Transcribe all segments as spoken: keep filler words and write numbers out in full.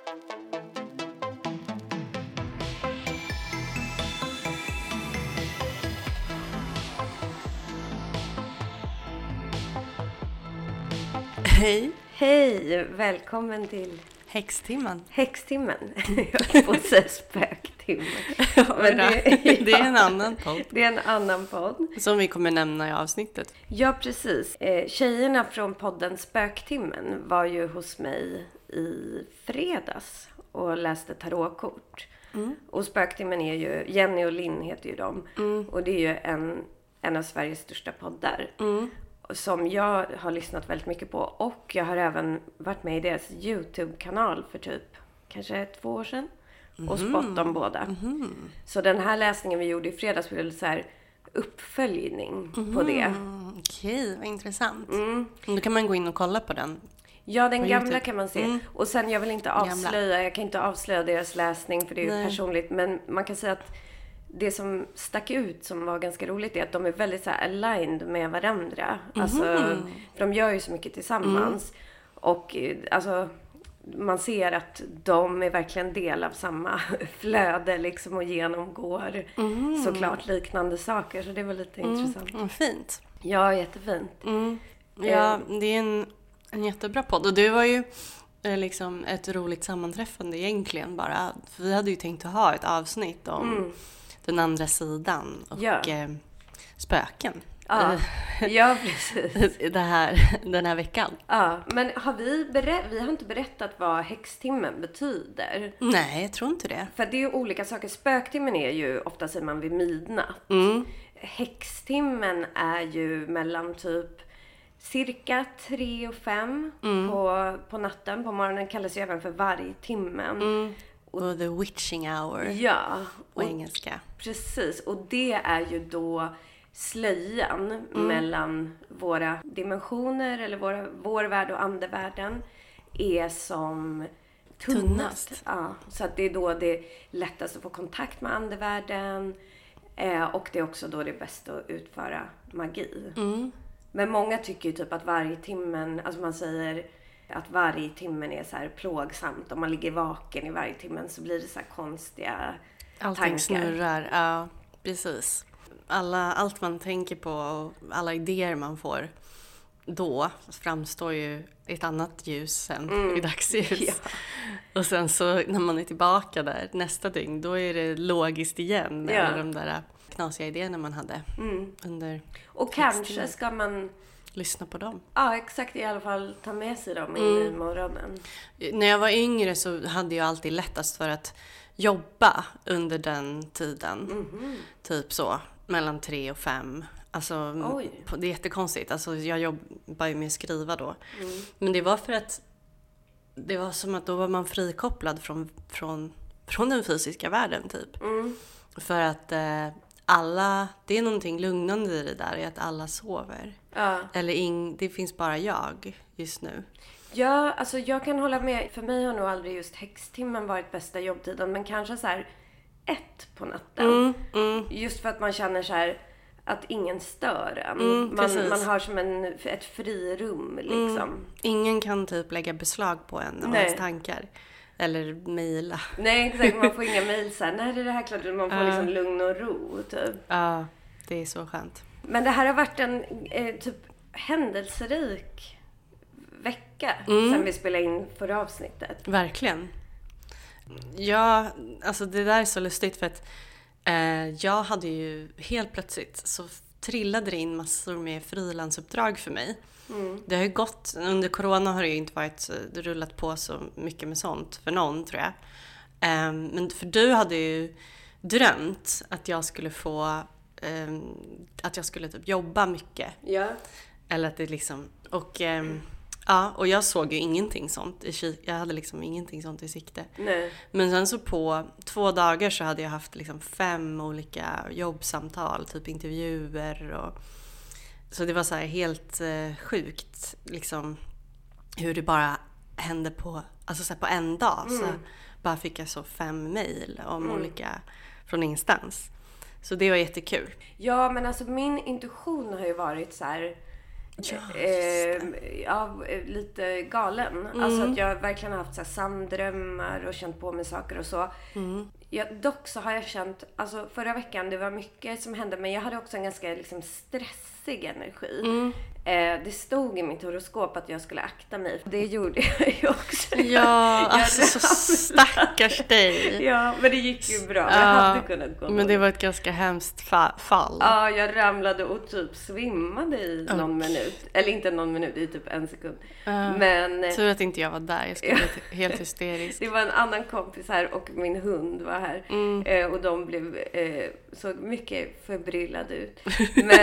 Hej! Hej! Välkommen till Häxtimmen. Häxtimmen. Jag höll på att säga spöktimmen. Men det, ja, det är en annan podd. Det är en annan podd. Som vi kommer nämna i avsnittet. Ja, precis. Eh, tjejerna från podden Spöktimmen var ju hos mig i fredags och läste tarotkort. Mm. Och Spöktimmen är ju, Jenny och Linn heter ju de. Mm. Och det är ju en, en av Sveriges största poddar. Mm. Som jag har lyssnat väldigt mycket på. Och jag har även varit med i deras YouTube-kanal för typ kanske två år sedan. Mm. Och spott om båda. Mm. Så den här läsningen vi gjorde i fredags blev så här uppföljning mm. på det. Okej, vad intressant. Mm. Då kan man gå in och kolla på den. Ja, den gamla YouTube. Kan man se. Mm. Och sen, jag vill inte avslöja, gamla. jag kan inte avslöja deras läsning för det är ju Nej. personligt. Men man kan säga att det som stack ut som var ganska roligt är att de är väldigt så här aligned med varandra. Mm. Alltså, för de gör ju så mycket tillsammans. Mm. Och alltså, man ser att de är verkligen del av samma flöde liksom och genomgår mm. såklart liknande saker. Så det var lite mm. intressant. Mm, fint. Ja, jättefint. Mm. Ja, det är en, en jättebra podd. Och det var ju liksom ett roligt sammanträffande egentligen bara. För vi hade ju tänkt att ha ett avsnitt om mm. den andra sidan och ja. eh, spöken. Ja, ja precis. Det här, den här veckan. Ja, men har vi, berä- vi har inte berättat vad häxtimmen betyder. Nej, jag tror inte det. För det är ju olika saker. Spöktimmen är ju ofta säger man vid midnatt. Mm. Häxtimmen är ju mellan typ cirka tre och fem mm. på, på natten. På morgonen kallas ju även för vargtimmen. Mm. Och the witching hour. Ja. På engelska. Precis. Och det är ju då slöjan mm. mellan våra dimensioner eller våra, vår värld och andevärlden är som tunnast. tunnast. Ja. Så att det är då det är lättast att få kontakt med andevärlden eh, och det är också då det är bäst att utföra magi. Mm. Men många tycker ju typ att varje timmen, alltså man säger att varje timmen är så här plågsamt. Om man ligger vaken i varje timmen så blir det så här konstiga Allting tankar. snurrar, ja precis. Alla, allt man tänker på och alla idéer man får då framstår ju ett annat ljus sen mm. i dagsljus. Ja. Och sen så när man är tillbaka där nästa dygn, då är det logiskt igen med ja. alla de där knasiga idéerna man hade mm. under Och kanske ska man lyssna på dem. Ja, exakt. I alla fall ta med sig dem in mm. i morgonen. När jag var yngre så hade jag alltid lättast för att jobba under den tiden. Mm-hmm. Typ så, mellan tre och fem. Alltså, det är jättekonstigt. Alltså, jag jobbar ju med att skriva då. Mm. Men det var för att det var som att då var man frikopplad från, från, från den fysiska världen typ. Mm. För att eh, alla, det är någonting lugnande i det där, är att alla sover. Ja. Eller in, det finns bara jag just nu. Ja, alltså jag kan hålla med. För mig har nog aldrig just häxtimmen varit bästa jobbtiden. Men kanske så här ett på natten. Mm, mm. Just för att man känner så här att ingen stör en. Mm, man, man har som en, ett frirum liksom. Mm. Ingen kan typ lägga beslag på en och ens tankar. Eller mejla. Nej, exakt. Man får inga mejl så här. Nej, det är det här klart. Man får uh. liksom lugn och ro typ. Ja, uh, det är så skönt. Men det här har varit en eh, typ händelserik vecka mm. sen vi spelade in förra avsnittet. Verkligen. Ja, alltså det där är så lustigt för att eh, jag hade ju helt plötsligt så trillade det in massor med frilansuppdrag för mig. Mm. Det har ju gått, under corona har det ju inte varit rullat på så mycket med sånt för någon tror jag. Eh, men för du hade ju drömt att jag skulle få eh, att jag skulle typ jobba mycket. Ja. Eller att det liksom, och eh, ja, och jag såg ju ingenting sånt i kik- jag hade liksom ingenting sånt i sikte. Nej. Men sen så på två dagar så hade jag haft liksom fem olika jobbsamtal, typ intervjuer och så det var så här helt eh, sjukt liksom hur det bara hände på alltså så här på en dag mm. så bara fick jag så fem mejl om mm. olika från ingenstans. Så det var jättekul. Ja, men alltså min intuition har ju varit så här Ja, eh, ja, lite galen. Mm. Alltså att jag verkligen har haft så här samdrömmar och känt på mig saker och så. Mm. Ja, dock så har jag känt, alltså förra veckan det var mycket som hände, men jag hade också en ganska liksom stressig energi. Mm. Eh, det stod i mitt horoskop att jag skulle akta mig. Det gjorde jag ju också. Ja, alltså så stackars dig. Ja, men det gick ju bra. Jag ja, hade kunnat gå. Men det var ett ganska hemskt fa- fall. Ja, jag ramlade och typ svimmade i okay. någon minut. Eller inte någon minut, i typ en sekund. Uh, men tur att inte jag var där. Jag skulle bli helt hysterisk. Det var en annan kompis här och min hund var här. Mm. Eh, och de blev eh, så mycket förbryllade ut. Men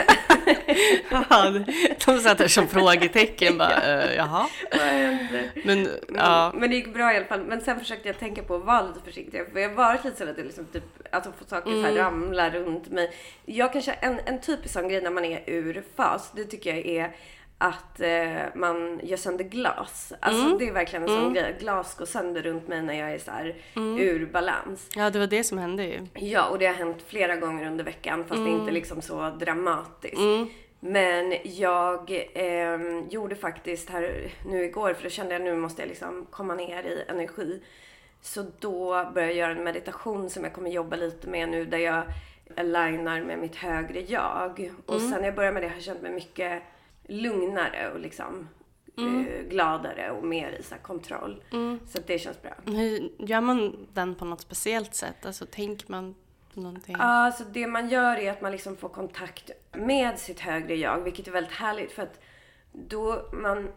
ja, de satt där som frågetecken. Bara, uh, jaha. Vad hände? Men, men, ja. men det gick bra i alla fall. Men sen försökte jag tänka på att vara lite försiktig. För jag har varit lite så att det liksom typ, alltså få saker mm. så här ramla runt mig. Jag kanske en, en typisk sån grej när man är ur fas. Det tycker jag är att eh, man gör sönder glas. Alltså mm. det är verkligen en sån mm. grej. Glas går sönder runt mig när jag är så här mm. ur balans. Ja, det var det som hände ju. Ja, och det har hänt flera gånger under veckan. Fast mm. inte liksom så dramatiskt. Mm. Men jag eh, gjorde faktiskt här nu igår, för då kände jag nu måste jag liksom komma ner i energi. Så då började jag göra en meditation som jag kommer jobba lite med nu, där jag alignar med mitt högre jag. Och mm. sen när jag började med det har jag känt mig mycket lugnare och liksom mm. eh, gladare och mer i så här kontroll. Mm. Så det känns bra. Hur gör man den på något speciellt sätt? Alltså tänker man någonting? Ja, alltså det man gör är att man liksom får kontakt med sitt högre jag, vilket är väldigt härligt, för att då man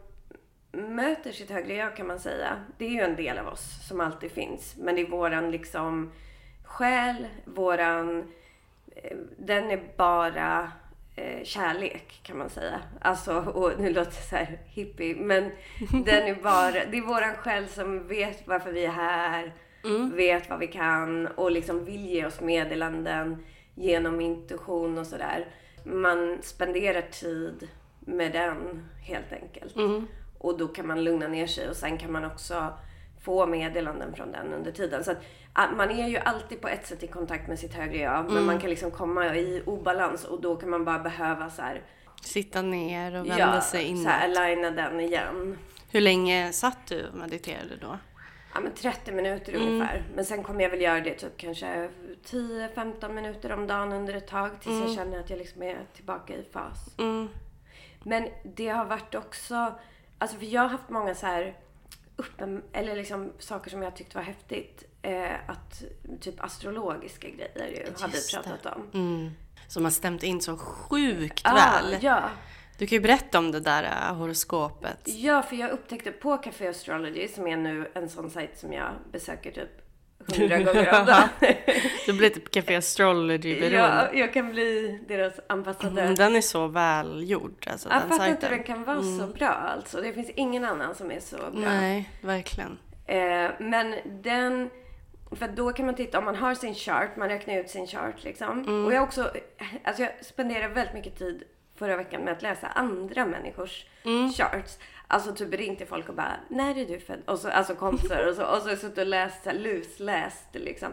möter sitt högre jag, kan man säga. Det är ju en del av oss som alltid finns, men det är våran liksom själ, våran den är bara eh, kärlek, kan man säga. Alltså, och nu låter det så här hippie, men den är bara, det är våran själ som vet varför vi är här. Mm. Vet vad vi kan och liksom vill ge oss meddelanden genom intuition och sådär. Man spenderar tid med den helt enkelt. Mm. Och då kan man lugna ner sig och sen kan man också få meddelanden från den under tiden. Så att man är ju alltid på ett sätt i kontakt med sitt högre jag. Men mm. man kan liksom komma i obalans och då kan man bara behöva så här sitta ner och vända ja, sig inåt. Så här, aligna den igen. Hur länge satt du och mediterade då? Ja, men trettio minuter mm. ungefär. Men sen kommer jag väl göra det typ kanske tio femton minuter om dagen under ett tag. Tills mm. jag känner att jag liksom är tillbaka i fas. Mm. Men det har varit också, alltså för jag har haft många så här uppen, eller liksom saker som jag tyckte var häftigt. Eh, att typ astrologiska grejer ju Just hade pratat om. Mm. Som har stämt in så sjukt ah, väl. Ja. Du kan ju berätta om det där uh, horoskopet. Ja, för jag upptäckte på Café Astrology, som är nu en sån sajt som jag besöker typ hundra gånger om dagen. Du blir typ Café Astrology-beroende. Ja, jag kan bli deras ambassadör. Mm, den är så välgjord. Alltså, jag den fattar sajten. inte hur den kan vara mm. så bra. Alltså. Det finns ingen annan som är så bra. Nej, verkligen. Eh, men den... För då kan man titta, om man har sin chart, man räknar ut sin chart liksom. Mm. Och jag också... Alltså jag spenderar väldigt mycket tid förra veckan med att läsa andra människors mm. charts. Alltså typ ringt till folk och bara, när är du född? Och så, alltså kompisar och så. Och så har jag suttit och läst, så här, lusläst liksom.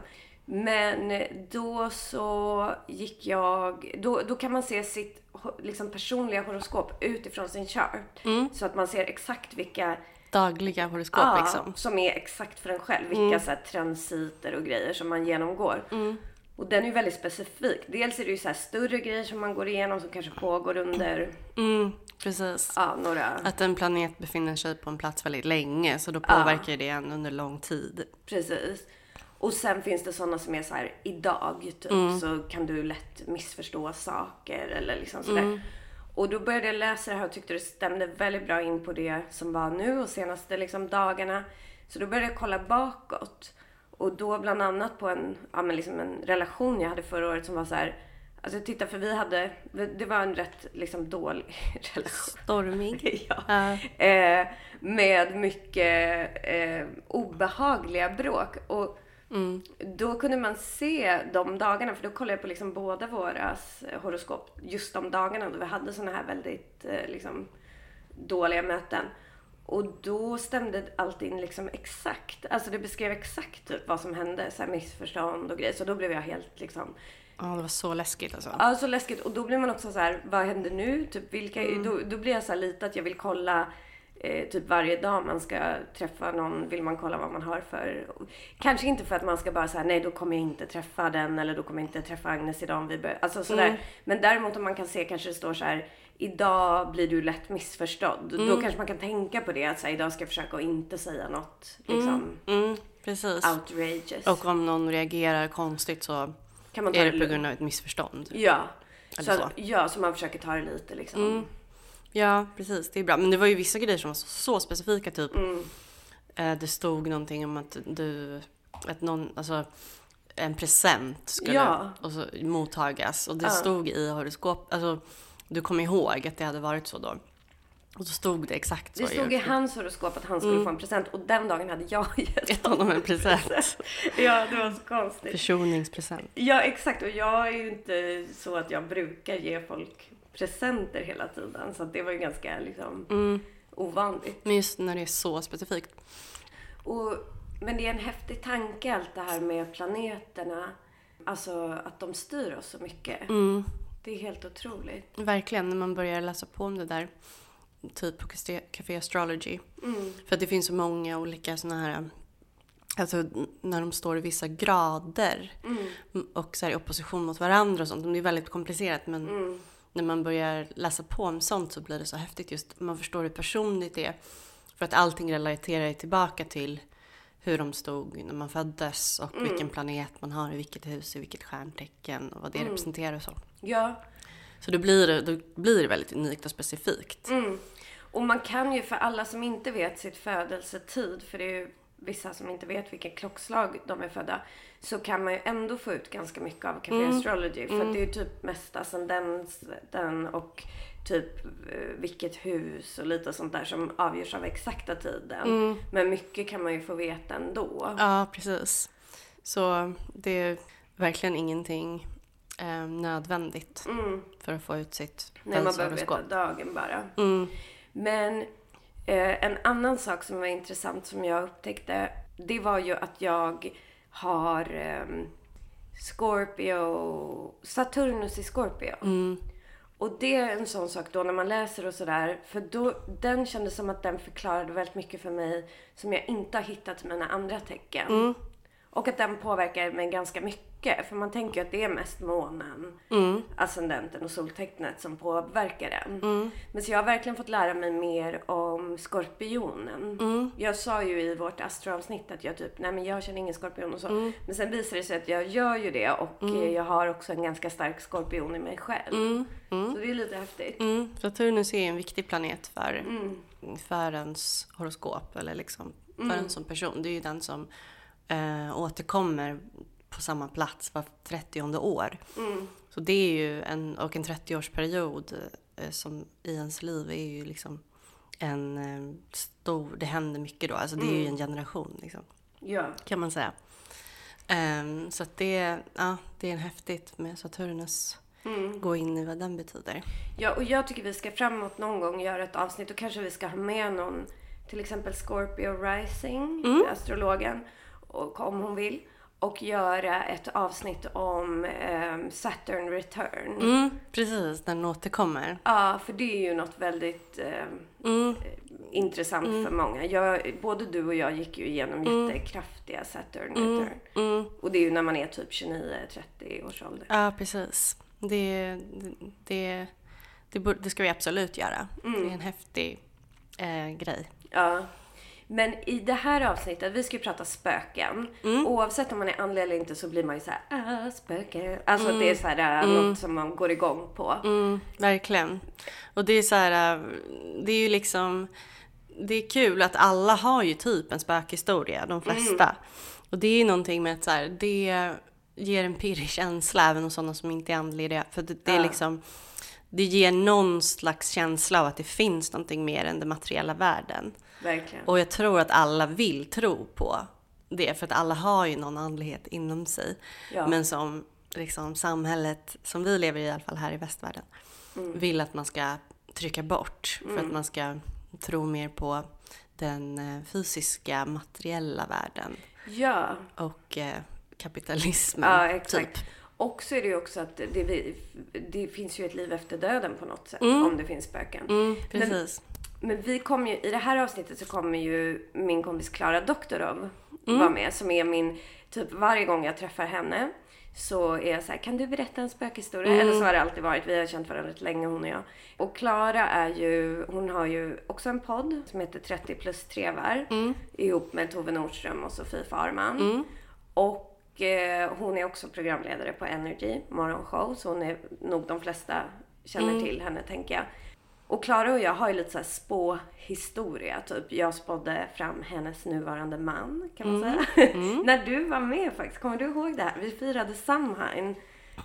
Men då så gick jag, då, då kan man se sitt liksom, personliga horoskop utifrån sin chart. Mm. Så att man ser exakt vilka dagliga horoskop ja, liksom. Som är exakt för en själv. Vilka mm. så här, transiter och grejer som man genomgår. Mm. Och den är ju väldigt specifik. Dels är det ju så här större grejer som man går igenom som kanske pågår under... Mm, precis. Ja, några... Att en planet befinner sig på en plats väldigt länge. Så då påverkar ja. det en under lång tid. Precis. Och sen finns det sådana som är så här, idag typ, mm. så kan du lätt missförstå saker eller liksom sådär. Mm. Och då började jag läsa det här och tyckte det stämde väldigt bra in på det som var nu och senaste liksom dagarna. Så då började jag kolla bakåt. Och då bland annat på en, ja, men liksom en relation jag hade förra året som var så här. Alltså titta, för vi hade, det var en rätt liksom dålig relation. Stormig. ja. Uh. Eh, med mycket eh, obehagliga bråk. Och mm. då kunde man se de dagarna, för då kollade jag på liksom båda våras horoskop just de dagarna då vi hade såna här väldigt eh, liksom dåliga möten. Och då stämde allting liksom exakt. Alltså det beskrev exakt typ vad som hände. Så här missförstånd och grejer. Så då blev jag helt liksom... Ja, det var så läskigt alltså. Ja, så läskigt. Och då blir man också så här, vad händer nu? Typ vilka... Mm. Då, då blir jag så här lite att jag vill kolla... Eh, typ varje dag man ska träffa någon vill man kolla vad man har för... Kanske inte för att man ska bara säga nej, då kommer jag inte träffa den. Eller då kommer jag inte träffa Agnes idag om vi bör... Alltså sådär. Mm. Men däremot om man kan se, kanske det står så här... Idag blir du lätt missförstådd. Mm. Då kanske man kan tänka på det. Att så här, idag ska jag försöka att inte säga något liksom, mm. Mm. Precis. outrageous. Och om någon reagerar konstigt så kan man ta är det på grund av ett missförstånd. Ja. Så, så. Ja, så man försöker ta det lite liksom. Mm. Ja, precis. Det är bra. Men det var ju vissa grejer som var så, så specifika. Typ. Mm. Eh, det stod någonting om att du... Att någon... Alltså, en present skulle ja. och så, mottagas. Och det ja. stod i horoskop... Alltså, du kom ihåg att det hade varit så då. Och så stod det exakt så. Det stod i hans horoskop att han skulle mm. få en present. Och den dagen hade jag gett honom en present. Ja, det var så konstigt. Försoningspresent. Ja, exakt. Och jag är ju inte så att jag brukar ge folk presenter hela tiden. Så det var ju ganska liksom mm. ovanligt. Men just när det är så specifikt. Och, men det är en häftig tanke allt det här med planeterna. Alltså att de styr oss så mycket. Mm. Det är helt otroligt. Verkligen, när man börjar läsa på om det där. Typ på Café Astrology. Mm. För att det finns så många olika såna här... Alltså när de står i vissa grader. Mm. Och så här i opposition mot varandra och sånt. Det är väldigt komplicerat. Men mm. när man börjar läsa på om sånt så blir det så häftigt. Just man förstår hur personligt det är. För att allting relaterar tillbaka till hur de stod när man föddes. Och mm. vilken planet man har i vilket hus, i vilket stjärntecken. Och vad det mm. representerar och så. Ja. Så då blir, det, då blir det väldigt unikt och specifikt. Mm. Och man kan ju, för alla som inte vet sitt födelsetid, för det är ju vissa som inte vet vilken klockslag de är födda, så kan man ju ändå få ut ganska mycket av Café mm. Astrology. För mm. det är ju typ mest ascendensen och typ vilket hus och lite sånt där som avgörs av exakta tiden. Mm. Men mycket kan man ju få veta ändå. Ja, precis. Så det är verkligen ingenting... Eh, nödvändigt mm. för att få ut sitt Nej, man behöver veta dagen bara. Mm. Men eh, en annan sak som var intressant som jag upptäckte, det var ju att jag har eh, Scorpio, Saturnus i Scorpio. Mm. Och det är en sån sak då när man läser och sådär, för då, den kändes som att den förklarade väldigt mycket för mig som jag inte har hittat i mina andra tecken. Mm. Och att den påverkar mig ganska mycket. För man tänker ju att det är mest månen, mm. ascendenten och soltecknet som påverkar den. Mm. Men så jag har verkligen fått lära mig mer om skorpionen. Mm. Jag sa ju i vårt astroavsnitt att jag typ, nej men jag känner ingen skorpion och så. Mm. Men sen visade det sig att jag gör ju det. Och mm. jag har också en ganska stark skorpion i mig själv. Mm. Mm. Så det är lite häftigt. Mm. Saturnus är en viktig planet för, mm. för ens horoskop. Eller liksom för mm. en som person. Det är ju den som... Äh, återkommer på samma plats var trettionde år. Mm. Så det är ju en, och en trettioårsperiod äh, som i ens liv är ju liksom en äh, stor, det händer mycket då. Alltså det mm. är ju en generation liksom. Ja. Kan man säga. Ähm, så att det, ja, det är en häftigt med Saturnus. Mm. Gå in i vad den betyder. Ja, och jag tycker vi ska framåt någon gång göra ett avsnitt och kanske vi ska ha med någon, till exempel Scorpio Rising, mm. astrologen. Och om hon vill. Och göra ett avsnitt om um, Saturn Return. Mm, precis, när den återkommer. Ja, för det är ju något väldigt um, mm. intressant mm. för många. Jag, både du och jag gick ju igenom mm. jättekraftiga Saturn mm. Return. Mm. Och det är ju när man är typ tjugonio trettio års ålder. Ja, precis. Det, det, det, det, det ska vi absolut göra. Mm. Det är en häftig eh, grej. Ja. Men i det här avsnittet, vi ska ju prata spöken. Mm. Oavsett om man är andlig eller inte så blir man ju så här, ah, spöken. Alltså mm. det är så här mm. något som man går igång på. Mm, verkligen. Och det är så här, det är ju liksom, det är kul att alla har ju typ en spökhistoria, de flesta. Mm. Och det är ju någonting med att så här, det ger en pirrig känsla även hos sådana som inte är andliga. För det, det är ja. liksom, det ger någon slags känsla av att det finns någonting mer än den materiella världen. Verkligen. Och jag tror att alla vill tro på det. För att alla har ju någon andlighet inom sig. Ja. Men som liksom, samhället som vi lever i, i alla fall här i västvärlden. Mm. Vill att man ska trycka bort. Mm. För att man ska tro mer på den eh, fysiska, materiella världen. Ja. Och eh, kapitalismen. Ja, exakt. Typ. Och så är det ju också att det, det finns ju ett liv efter döden på något sätt. Mm. Om det finns spöken. Mm, precis. Men, men vi kommer ju, i det här avsnittet så kommer ju min kompis Klara Doktorov Mm. vara med. Som är min, typ varje gång jag träffar henne så är jag så här: kan du berätta en spökhistoria? Mm. Eller så har det alltid varit, vi har känt varandra rätt länge, hon och jag. Och Klara är ju, hon har ju också en podd som heter trettio plus trevar. Mm. Ihop med Tove Nordström och Sofie Farman. Mm. Och eh, hon är också programledare på Energy morgonshow. Så hon är nog de flesta känner mm. till henne, tänker jag. Och Klara och jag har ju lite så här spåhistoria. Typ jag spådde fram hennes nuvarande man, kan man mm. säga. Mm. När du var med faktiskt, kommer du ihåg det här? Vi firade Samhain.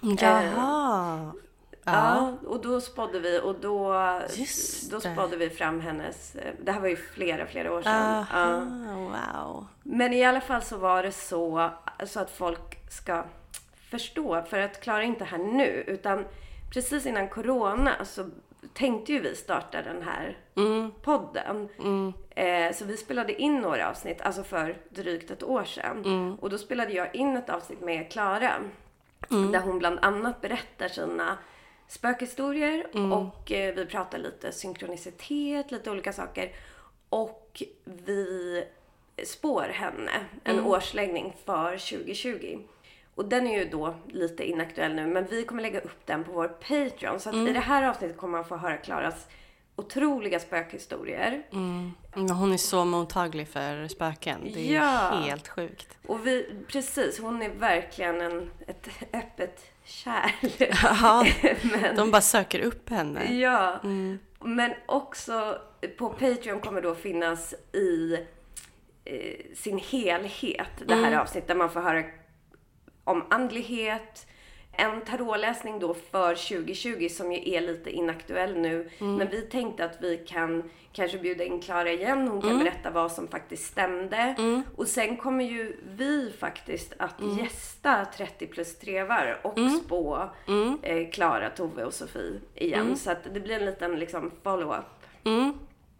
Jaha. Eh, ja, och då spådde vi och då, då spådde vi fram hennes, det här var ju flera, flera år sedan. Aha, ja. Wow. Men i alla fall så var det så, så att folk ska förstå, för att Klara inte här nu, utan precis innan corona så tänkte ju vi starta den här mm. podden. Mm. Eh, så vi spelade in några avsnitt, alltså för drygt ett år sedan. Mm. Och då spelade jag in ett avsnitt med Klara. Mm. Där hon bland annat berättar sina spökhistorier. Mm. Och eh, vi pratar lite synkronicitet, lite olika saker. Och vi spår henne en mm. årsläggning för tjugo tjugo. Och den är ju då lite inaktuell nu. Men vi kommer lägga upp den på vår Patreon. Så att mm. i det här avsnittet kommer man få höra Klaras otroliga spökhistorier. Mm. Hon är så mottaglig för spöken. Det är ja. helt sjukt. Och vi, precis, hon är verkligen en, ett öppet kärl. Ja, men, de bara söker upp henne. Ja, mm. men också på Patreon kommer då finnas i eh, sin helhet det här mm. avsnittet. Där man får höra om andlighet, en tarotläsning då för tjugo tjugo som ju är lite inaktuell nu. Mm. Men vi tänkte att vi kan kanske bjuda in Klara igen. Hon kan mm. berätta vad som faktiskt stämde. Mm. Och sen kommer ju vi faktiskt att mm. gästa trettio plus trevar och mm. spå mm. eh, Klara, Tove och Sofie igen. Mm. Så att det blir en liten liksom follow-up. Mm.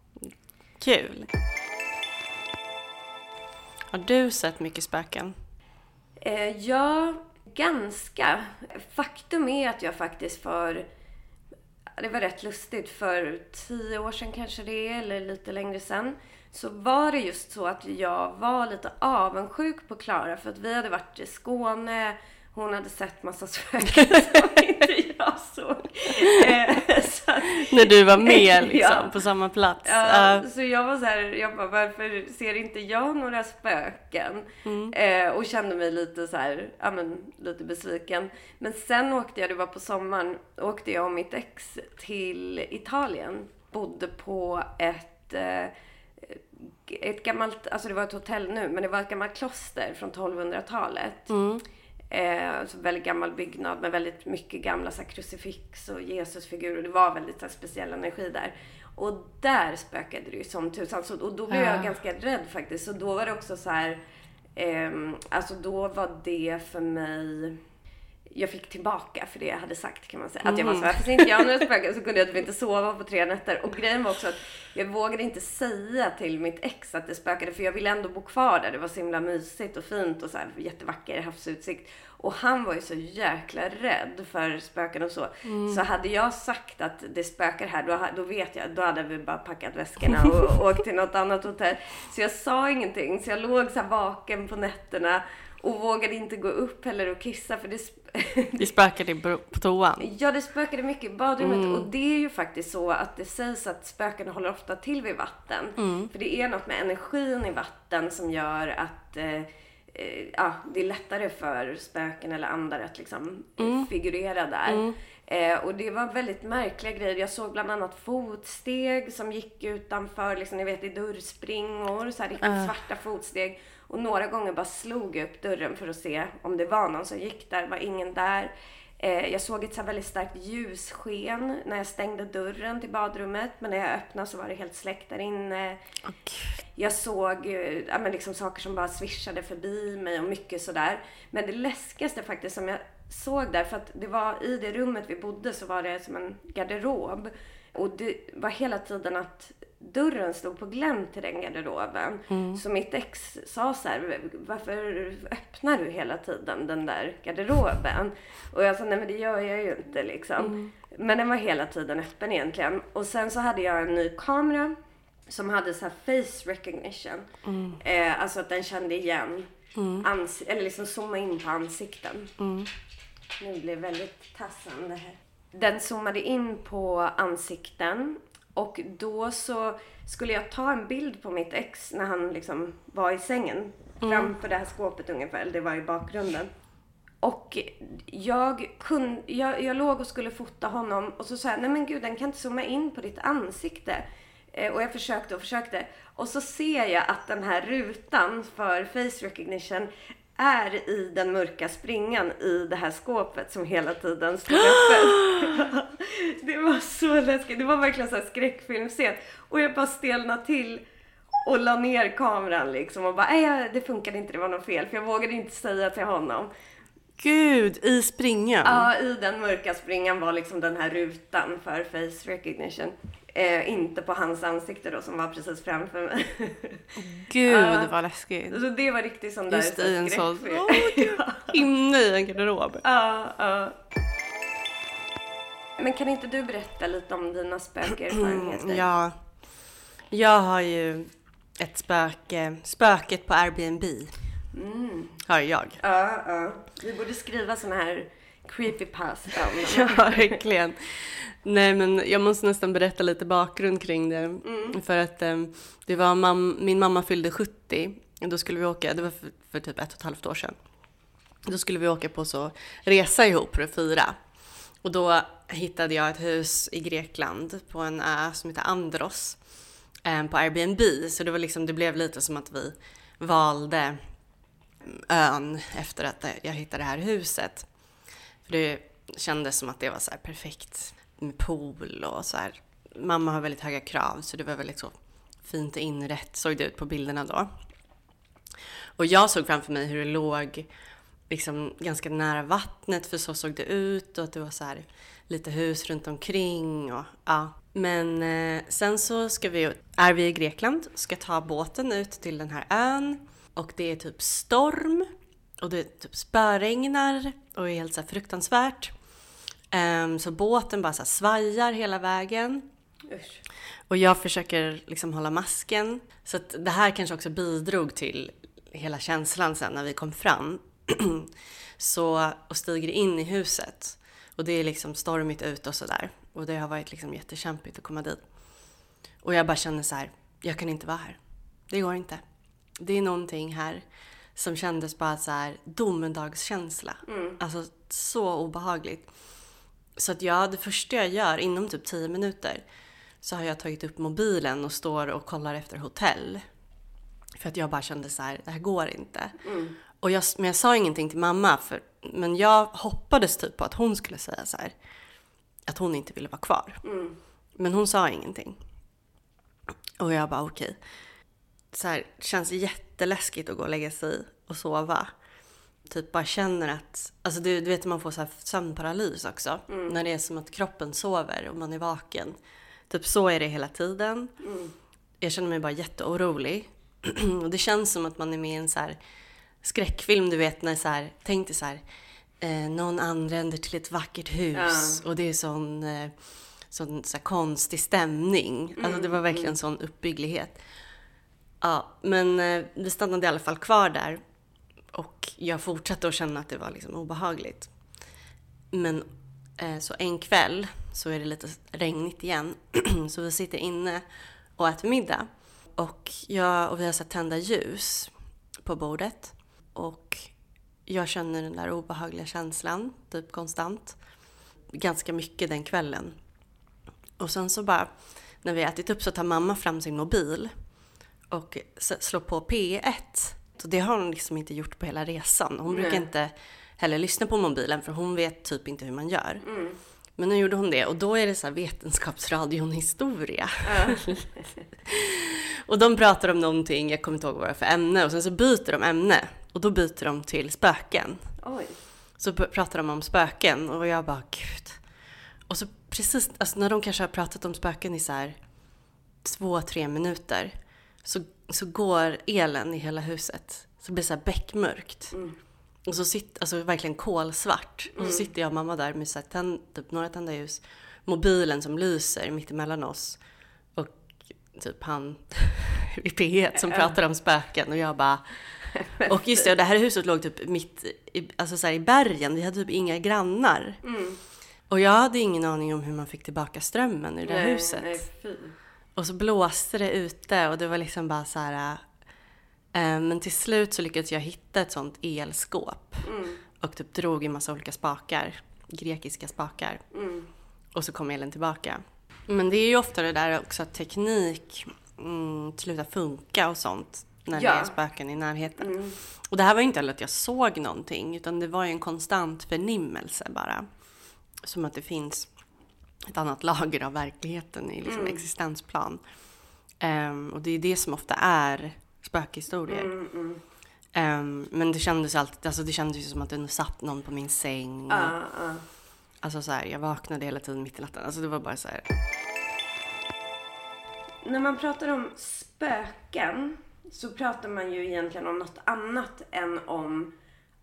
Kul. Har du sett mycket spöken? Eh, ja, ganska. Faktum är att jag faktiskt för, det var rätt lustigt, för tio år sedan kanske det är, eller lite längre sedan, så var det just så att jag var lite avundsjuk på Klara. För att vi hade varit i Skåne, hon hade sett massa spöken som inte jag såg. Eh, så att, när du var med liksom, ja. på samma plats. Ja, uh. så jag var så här, jag bara, varför ser inte jag några spöken? Mm. Eh, och kände mig lite så här, ja men lite besviken. Men sen åkte jag, det var på sommaren, åkte jag och mitt ex till Italien. Bodde på ett, eh, ett gammalt, alltså det var ett hotell nu, men det var ett gammalt kloster från tolvhundratalet. Mm. Eh, så väldigt gammal byggnad med väldigt mycket gamla så här, krucifix och Jesusfigurer. Det var väldigt så här, speciell energi där. Och där spökade det ju som tusan. Så, och då blev jag uh. ganska rädd faktiskt. Så då var det också så här, eh, alltså då var det för mig, jag fick tillbaka för det jag hade sagt, kan man säga. Mm. Att jag var så här, för inte jag några spöken så kunde jag typ inte sova på tre nätter. Och grejen var också att jag vågade inte säga till mitt ex att det spökade. För jag ville ändå bo kvar där. Det var så himla mysigt och fint och så här jättevacker havsutsikt. Och han var ju så jäkla rädd för spöken och så. Mm. Så hade jag sagt att det spökar här, då, då vet jag, då hade vi bara packat väskorna och åkt till något annat hotell. Så jag sa ingenting. Så jag låg så här vaken på nätterna. Och vågade inte gå upp heller och kissa. För det, sp- det spökade på toan. Ja, det spökade mycket i badrummet. Mm. Och det är ju faktiskt så att det sägs att spöken håller ofta till vid vatten. Mm. För det är något med energin i vatten som gör att eh, eh, ja, det är lättare för spöken eller andar att liksom mm. figurera där. Mm. Eh, och det var väldigt märkliga grejer. Jag såg bland annat fotsteg som gick utanför, liksom, ni vet, i dörrspringor. Så här riktigt uh. svarta fotsteg. Och några gånger bara slog jag upp dörren för att se om det var någon som gick där. Det var ingen där. Eh, jag såg ett så här väldigt starkt ljussken när jag stängde dörren till badrummet. Men när jag öppnade så var det helt släckt där inne. Okay. Jag såg eh, ja, men liksom saker som bara svischade förbi mig och mycket sådär. Men det läskigaste faktiskt som jag såg där, för att det var i det rummet vi bodde så var det som en garderob. Och det var hela tiden att dörren stod på glänt till den garderoben. Mm. Så mitt ex sa så här: varför öppnar du hela tiden den där garderoben? Och jag sa, nej men det gör jag ju inte liksom. Mm. Men den var hela tiden öppen egentligen. Och sen så hade jag en ny kamera som hade så här face recognition. Mm. Eh, alltså att den kände igen. Mm. Ans- eller liksom zooma in på ansikten. Mm. Nu blir det väldigt tassande här. Den zoomade in på ansikten. Och då så skulle jag ta en bild på mitt ex när han liksom var i sängen. Mm. Framför det här skåpet ungefär. Det var i bakgrunden. Och jag, kunde, jag, jag låg och skulle fota honom. Och så sa jag, nej men gud, den kan inte zooma in på ditt ansikte. Eh, och jag försökte och försökte. Och så ser jag att den här rutan för face recognition är i den mörka springan i det här skåpet som hela tiden stod öppet. Det var så läskigt. Det var verkligen så här skräckfilmscen. Och jag bara stelnade till och la ner kameran liksom. Och bara, nej det funkade inte, det var något fel. För jag vågade inte säga till honom. Gud, i springan? Ja, i den mörka springan var liksom den här rutan för face recognition. Eh, inte på hans ansikte då, som var precis framför mig. Gud, uh, det var läskigt. Så det var riktigt sån där just i en sån, oh, inne i en garderob. Ja, uh, uh. Men kan inte du berätta lite om dina spökerfarenheter? Ja, jag har ju ett spöke, spöket på Airbnb. Mm. Har jag. Ja, uh, uh. Vi borde skriva såna här creepypasta om ja, verkligen. Nej, men jag måste nästan berätta lite bakgrund kring det. Mm. För att um, det var mam- min mamma fyllde sjuttio. Och då skulle vi åka, det var för, för typ ett och ett halvt år sedan. Då skulle vi åka på så resa ihop för att fira. Och då hittade jag ett hus i Grekland på en ö som heter Andros. Um, på Airbnb. Så det var liksom, det blev lite som att vi valde ön efter att jag hittade det här huset. För det kändes som att det var så här perfekt med pool och så här. Mamma har väldigt höga krav, så det var väldigt så fint inrätt, såg det ut på bilderna då. Och jag såg framför mig hur det låg liksom ganska nära vattnet, för så såg det ut, och att det var så här lite hus runt omkring och ja. Men eh, sen så ska vi, är vi i Grekland, ska ta båten ut till den här ön, och det är typ storm och det är typ spöregnar och är helt så här fruktansvärt. Um, så båten bara så här svajar hela vägen. Usch. Och jag försöker liksom hålla masken. Så att det här kanske också bidrog till hela känslan sen när vi kom fram. Så, och stiger in i huset. Och det är liksom stormigt ut och sådär. Och det har varit liksom jättekämpigt att komma dit. Och jag bara känner så här, jag kan inte vara här. Det går inte. Det är någonting här som kändes bara så här domedagskänsla. Mm. Alltså så obehagligt. Så att jag, det första jag gör inom typ tio minuter så har jag tagit upp mobilen och står och kollar efter hotell. För att jag bara kände så här, det här går inte. Mm. Och jag, men jag sa ingenting till mamma, för, men jag hoppades typ på att hon skulle säga så här, att hon inte ville vara kvar. Mm. Men hon sa ingenting. Och jag bara okej. Okay. Så här, det känns jätteläskigt att gå och lägga sig och sova. Typ bara känner att, alltså du, du vet man får så här sömnparalys också. Mm. När det är som att kroppen sover och man är vaken. Typ så är det hela tiden. Mm. Jag känner mig bara jätteorolig. Och det känns som att man är med i en så här skräckfilm, du vet, när så här, tänk dig så här, eh, någon anländer till ett vackert hus. Ja. Och det är sån, eh, sån så här konstig stämning. Mm. Alltså det var verkligen mm. sån uppbygglighet. Ja, men eh, vi stannade i alla fall kvar där. Och jag fortsatte att känna att det var liksom obehagligt. Men eh, så en kväll så är det lite regnigt igen. Så vi sitter inne och äter middag. Och, jag, och vi har satt tända ljus på bordet. Och jag känner den där obehagliga känslan typ konstant. Ganska mycket den kvällen. Och sen så bara, när vi har ätit upp så tar mamma fram sin mobil. Och slår på P ett. Och det har hon liksom inte gjort på hela resan. Hon brukar mm. inte heller lyssna på mobilen, för hon vet typ inte hur man gör. Mm. Men nu gjorde hon det, och då är det så här vetenskapsradion historia. Mm. Och de pratar om någonting, jag kommer inte ihåg vad det är för ämne. Och sen så byter de ämne, och då byter de till spöken. Oj. Så pratar de om spöken, och jag bara gud. Och så precis, alltså när de kanske har pratat om spöken i så här två, tre minuter så, så går elen i hela huset. Så blir det så här bäckmörkt. Mm. Och så sitter, alltså verkligen kolsvart. Mm. Och så sitter jag och mamma där med så här tänd, typ några tända ljus. Mobilen som lyser mitt emellan oss. Och typ han i P ett som pratar om spöken. Och jag bara... Och just det, det här huset låg typ mitt i, alltså så här i bergen. Vi hade typ inga grannar. Mm. Och jag hade ingen aning om hur man fick tillbaka strömmen i det nej, huset. Nej, fy. Och så blåste det ute och det var liksom bara så här... Eh, men till slut så lyckades jag hitta ett sånt elskåp. Mm. Och typ drog en massa olika spakar. Grekiska spakar. Mm. Och så kom elen tillbaka. Men det är ju ofta det där också att teknik mm, slutar funka och sånt. När ja. det är spöken i närheten. Mm. Och det här var ju inte heller att jag såg någonting. Utan det var ju en konstant förnimmelse bara. Som att det finns ett annat lager av verkligheten i liksom mm. existensplan. Um, och det är det som ofta är spökhistorier. Mm, mm. Um, men det kändes alltid, alltså det kändes ju som att det satt någon på min säng. Och, uh, uh. Alltså så här, jag vaknade hela tiden mitt i natten. Alltså det var bara så här. När man pratar om spöken så pratar man ju egentligen om något annat än om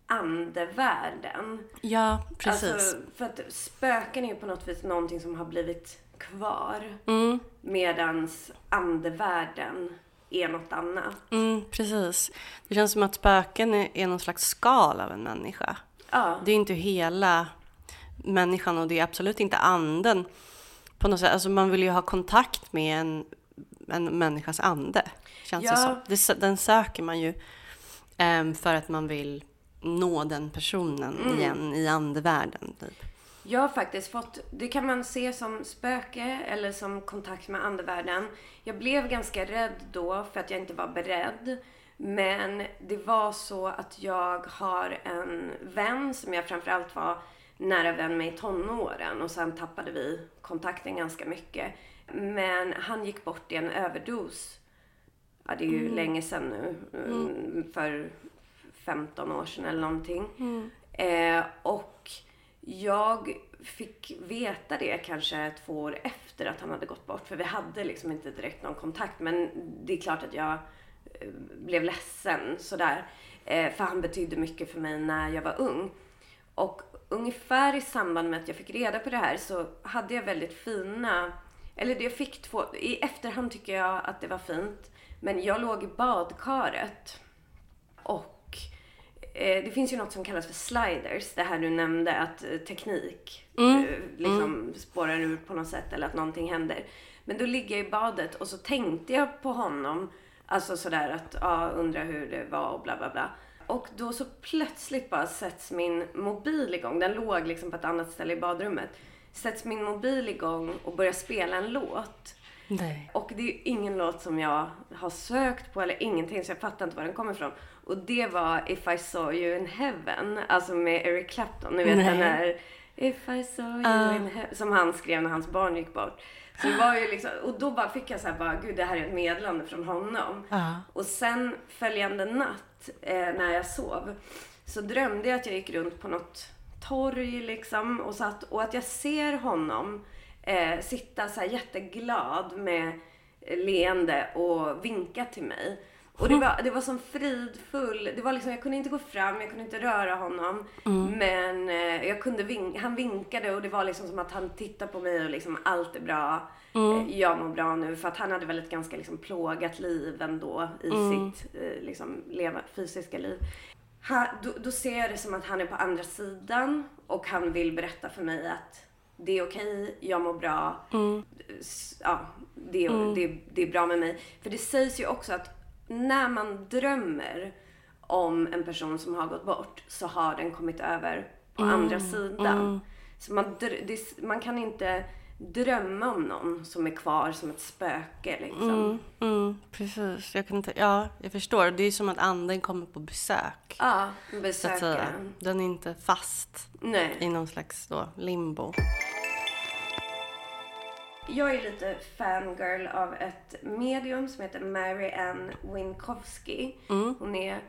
andevärlden. Ja, precis. Alltså, för att spöken är ju på något vis någonting som har blivit kvar. Mm. Medans andevärlden är något annat. Mm, precis. Det känns som att spöken är, är någon slags skal av en människa. Ja. Det är inte hela människan och det är absolut inte anden. På något sätt. Alltså man vill ju ha kontakt med en, en människas ande. Känns ja. det som. Det, den söker man ju um, för att man vill nå den personen mm. igen i andevärlden. Typ. Jag har faktiskt fått, det kan man se som spöke eller som kontakt med andevärlden. Jag blev ganska rädd då för att jag inte var beredd. Men det var så att jag har en vän som jag framförallt var nära vän med i tonåren. Och sen tappade vi kontakten ganska mycket. Men han gick bort i en överdos. Ja, det är ju mm. länge sedan nu. Mm. För femton år sedan eller någonting. Mm. Eh, och jag fick veta det kanske två år efter att han hade gått bort. För vi hade liksom inte direkt någon kontakt. Men det är klart att jag blev ledsen sådär. Eh, för han betydde mycket för mig när jag var ung. Och ungefär i samband med att jag fick reda på det här så hade jag väldigt fina... Eller jag fick två... I efterhand tycker jag att det var fint. Men jag låg i badkaret. Och eh, det finns ju något som kallas för sliders. Det här du nämnde att eh, teknik mm. eh, liksom mm. spårar ur på något sätt. Eller att någonting händer. Men då ligger jag i badet och så tänkte jag på honom. Alltså sådär att ja, undra hur det var och bla bla bla. Och då så plötsligt bara sätts min mobil igång. Den låg liksom på ett annat ställe i badrummet. Sätts min mobil igång och börjar spela en låt. Nej. Och det är ingen låt som jag har sökt på eller ingenting. Så jag fattar inte var den kommer ifrån. Och det var If I Saw You In Heaven. Alltså med Eric Clapton. Ni vet Nej. den här If I Saw You uh. In Heaven. Som han skrev när hans barn gick bort. Så det var ju liksom, och då bara fick jag så här bara, gud det här är ett meddelande från honom. Uh. Och sen följande natt eh, när jag sov så drömde jag att jag gick runt på något torg liksom och satt, och att jag ser honom eh, sitta så här jätteglad med leende och vinka till mig. Och det var, det var som fridfull, det var liksom, jag kunde inte gå fram, jag kunde inte röra honom. Mm. Men eh, jag kunde vin- han vinkade och det var liksom som att han tittade på mig och liksom allt är bra. Mm. Eh, jag mår bra nu. För att han hade väl ett ganska liksom plågat liv ändå i mm. sitt eh, liksom leva, fysiska liv. Ha, då, då ser jag det som att han är på andra sidan och han vill berätta för mig att det är okej, jag mår bra. Mm. Ja, det, mm. det, det är bra med mig. För det sägs ju också att när man drömmer om en person som har gått bort så har den kommit över på mm, andra sidan. Mm. Så man, det, man kan inte drömma om någon som är kvar som ett spöke liksom. Mm, mm, precis. Jag kan inte, ja, jag förstår. Det är som att anden kommer på besök. Ja, besöka. Den är inte fast Nej. i någon slags då, limbo. Jag är lite fangirl av ett medium som heter Mary Ann Winkowski. Mm. Hon är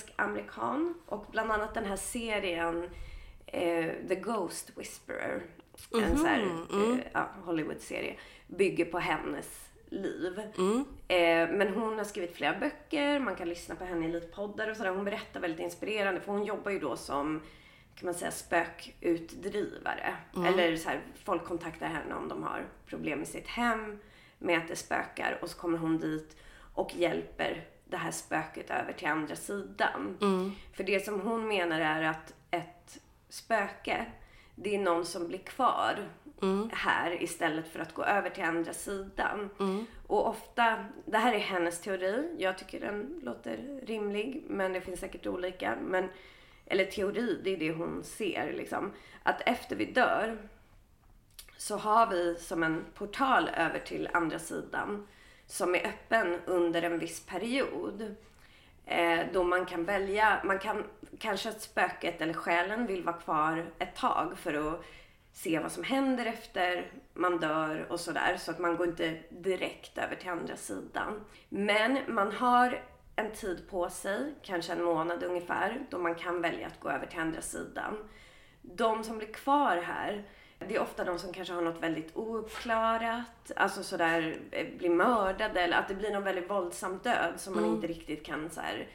italiensk-amerikan. Och bland annat den här serien eh, The Ghost Whisperer mm-hmm. en så här, mm. eh, ja, Hollywood-serie, bygger på hennes liv. Mm. Eh, men hon har skrivit flera böcker, man kan lyssna på henne i lite poddar och sådär. Hon berättar väldigt inspirerande, för hon jobbar ju då som, kan man säga, spökutdrivare. Mm. Eller så här, folk kontaktar henne om de har problem i sitt hem med att det spökar, och så kommer hon dit och hjälper det här spöket över till andra sidan. Mm. För det som hon menar är att ett spöke, det är någon som blir kvar mm. här istället för att gå över till andra sidan. Mm. Och ofta, det här är hennes teori, jag tycker den låter rimlig, men det finns säkert olika. Men, eller teori, det är det hon ser liksom. Att efter vi dör så har vi som en portal över till andra sidan som är öppen under en viss period. Eh, då man kan välja, man kan, kanske att spöket eller själen vill vara kvar ett tag för att se vad som händer efter man dör och sådär. Så att man går inte direkt över till andra sidan. Men man har en tid på sig, kanske en månad ungefär, då man kan välja att gå över till andra sidan. De som blir kvar här, det är ofta de som kanske har något väldigt ouppklarat, alltså sådär, blir mördade, eller att det blir någon väldigt våldsam död som man mm. inte riktigt kan så här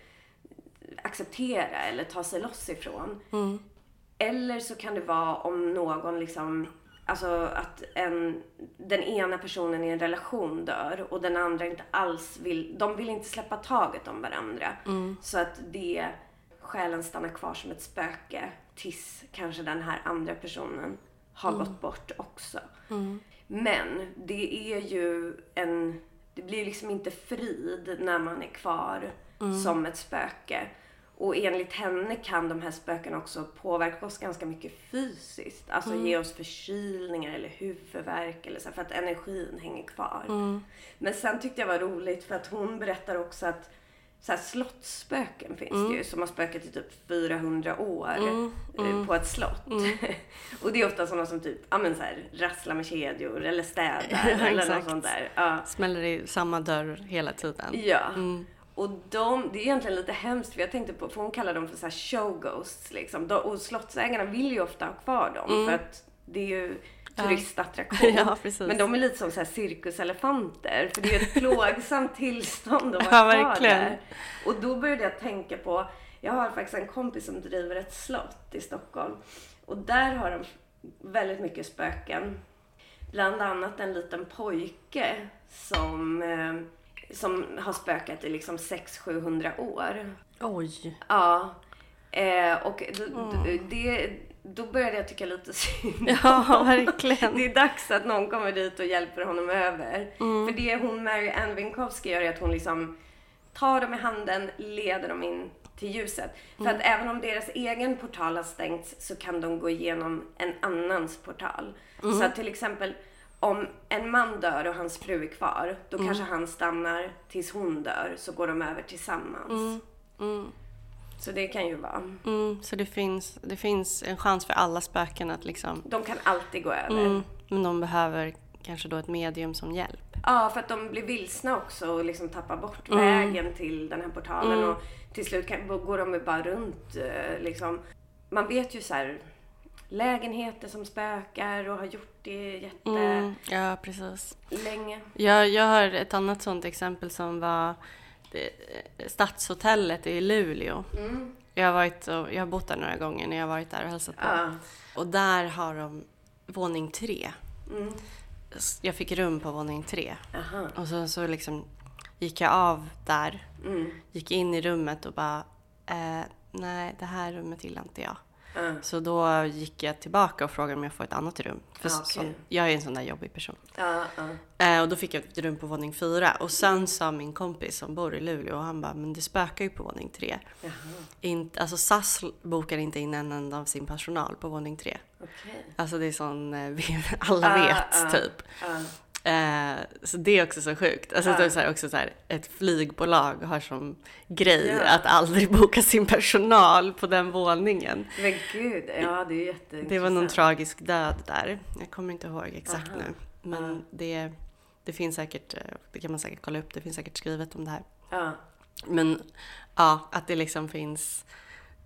acceptera eller ta sig loss ifrån. Mm. Eller så kan det vara om någon liksom, alltså att en, den ena personen i en relation dör och den andra inte alls vill, de vill inte släppa taget om varandra. Mm. Så att det, själen stannar kvar som ett spöke tills kanske den här andra personen har mm. gått bort också. Mm. Men det är ju en, det blir liksom inte frid när man är kvar mm. som ett spöke. Och enligt henne kan de här spöken också påverka oss ganska mycket fysiskt. Alltså mm. ge oss förkylningar eller huvudvärk eller så, för att energin hänger kvar. Mm. Men sen tyckte jag var roligt för att hon berättar också att så här, slottsspöken finns mm. det ju, som har spökat i typ fyrahundra år mm. Mm. på ett slott. Mm. Och det är ofta sådana som typ, ja men så här, rasslar med kedjor eller städar ja, eller något sånt där. Ja. Smäller i samma dörr hela tiden. Ja. Mm. Och de, det är egentligen lite hemskt, för jag tänkte på, för hon kallar dem för så här show ghosts liksom. De, och slottsägarna vill ju ofta ha kvar dem mm. för att det är ju turistattraktion. Ja, precis. Men de är lite som så här cirkuselefanter, för det är ett plågsamt tillstånd att vara ja, kvar verkligen. Där. Och då började jag tänka på, jag har faktiskt en kompis som driver ett slott i Stockholm. Och där har de väldigt mycket spöken. Bland annat en liten pojke som... Eh, som har spökat i liksom sex till sjuhundra år. Oj. Ja. Eh, och d- d- det, då började jag tycka lite synd. Ja, verkligen. Det är dags att någon kommer dit och hjälper honom över. Mm. För det hon, Mary Ann Winkowski, gör är att hon liksom tar dem i handen, leder dem in till ljuset. För mm. att även om deras egen portal har stängts så kan de gå igenom en annans portal. Mm. Så att till exempel... Om en man dör och hans fru är kvar, då mm. kanske han stannar tills hon dör, så går de över tillsammans. Mm. Mm. Så det kan ju vara. Mm. Så det finns, det finns en chans för alla spöken att liksom... De kan alltid gå över. Mm. Men de behöver kanske då ett medium som hjälp. Ja, för att de blir vilsna också och liksom tappar bort mm. vägen till den här portalen. Mm. Och till slut kan, går de ju bara runt liksom. Man vet ju så här... lägenheter som spökar och har gjort det jätte... Mm, ja, precis. Länge. Jag, jag har ett annat sånt exempel som var det, Stadshotellet i Luleå. Mm. Jag har varit och, jag har bott där några gånger när jag har varit där och hälsat på. Ah. Och där har de våning tre. Mm. Jag fick rum på våning tre. Aha. Och så, så liksom gick jag av där. Mm. Gick in i rummet och bara, eh, nej, det här rummet gillar inte jag. Mm. Så då gick jag tillbaka och frågade om jag får ett annat rum. För ah, okay. så, jag är en sån där jobbig person. Uh, uh. Eh, och då fick jag ett rum på våning fyra. Och sen sa min kompis som bor i Luleå, och han bara, men det spökar ju på våning tre. Uh-huh. Inte, alltså S A S bokar inte in en enda av sin personal på våning tre. Okay. Alltså det är sån, alla uh, vet uh, typ. Uh. Eh, så det är också så sjukt. Alltså, ja. Det är så här, också så här, ett flygbolag har som grej ja. att aldrig boka sin personal på den våningen. Men gud, ja det är jätteintressant. Det var någon tragisk död där. Jag kommer inte ihåg exakt Aha. nu. Men ja. det, det finns säkert, det kan man säkert kolla upp. Det finns säkert skrivet om det här. Ja. Men ja, att det liksom finns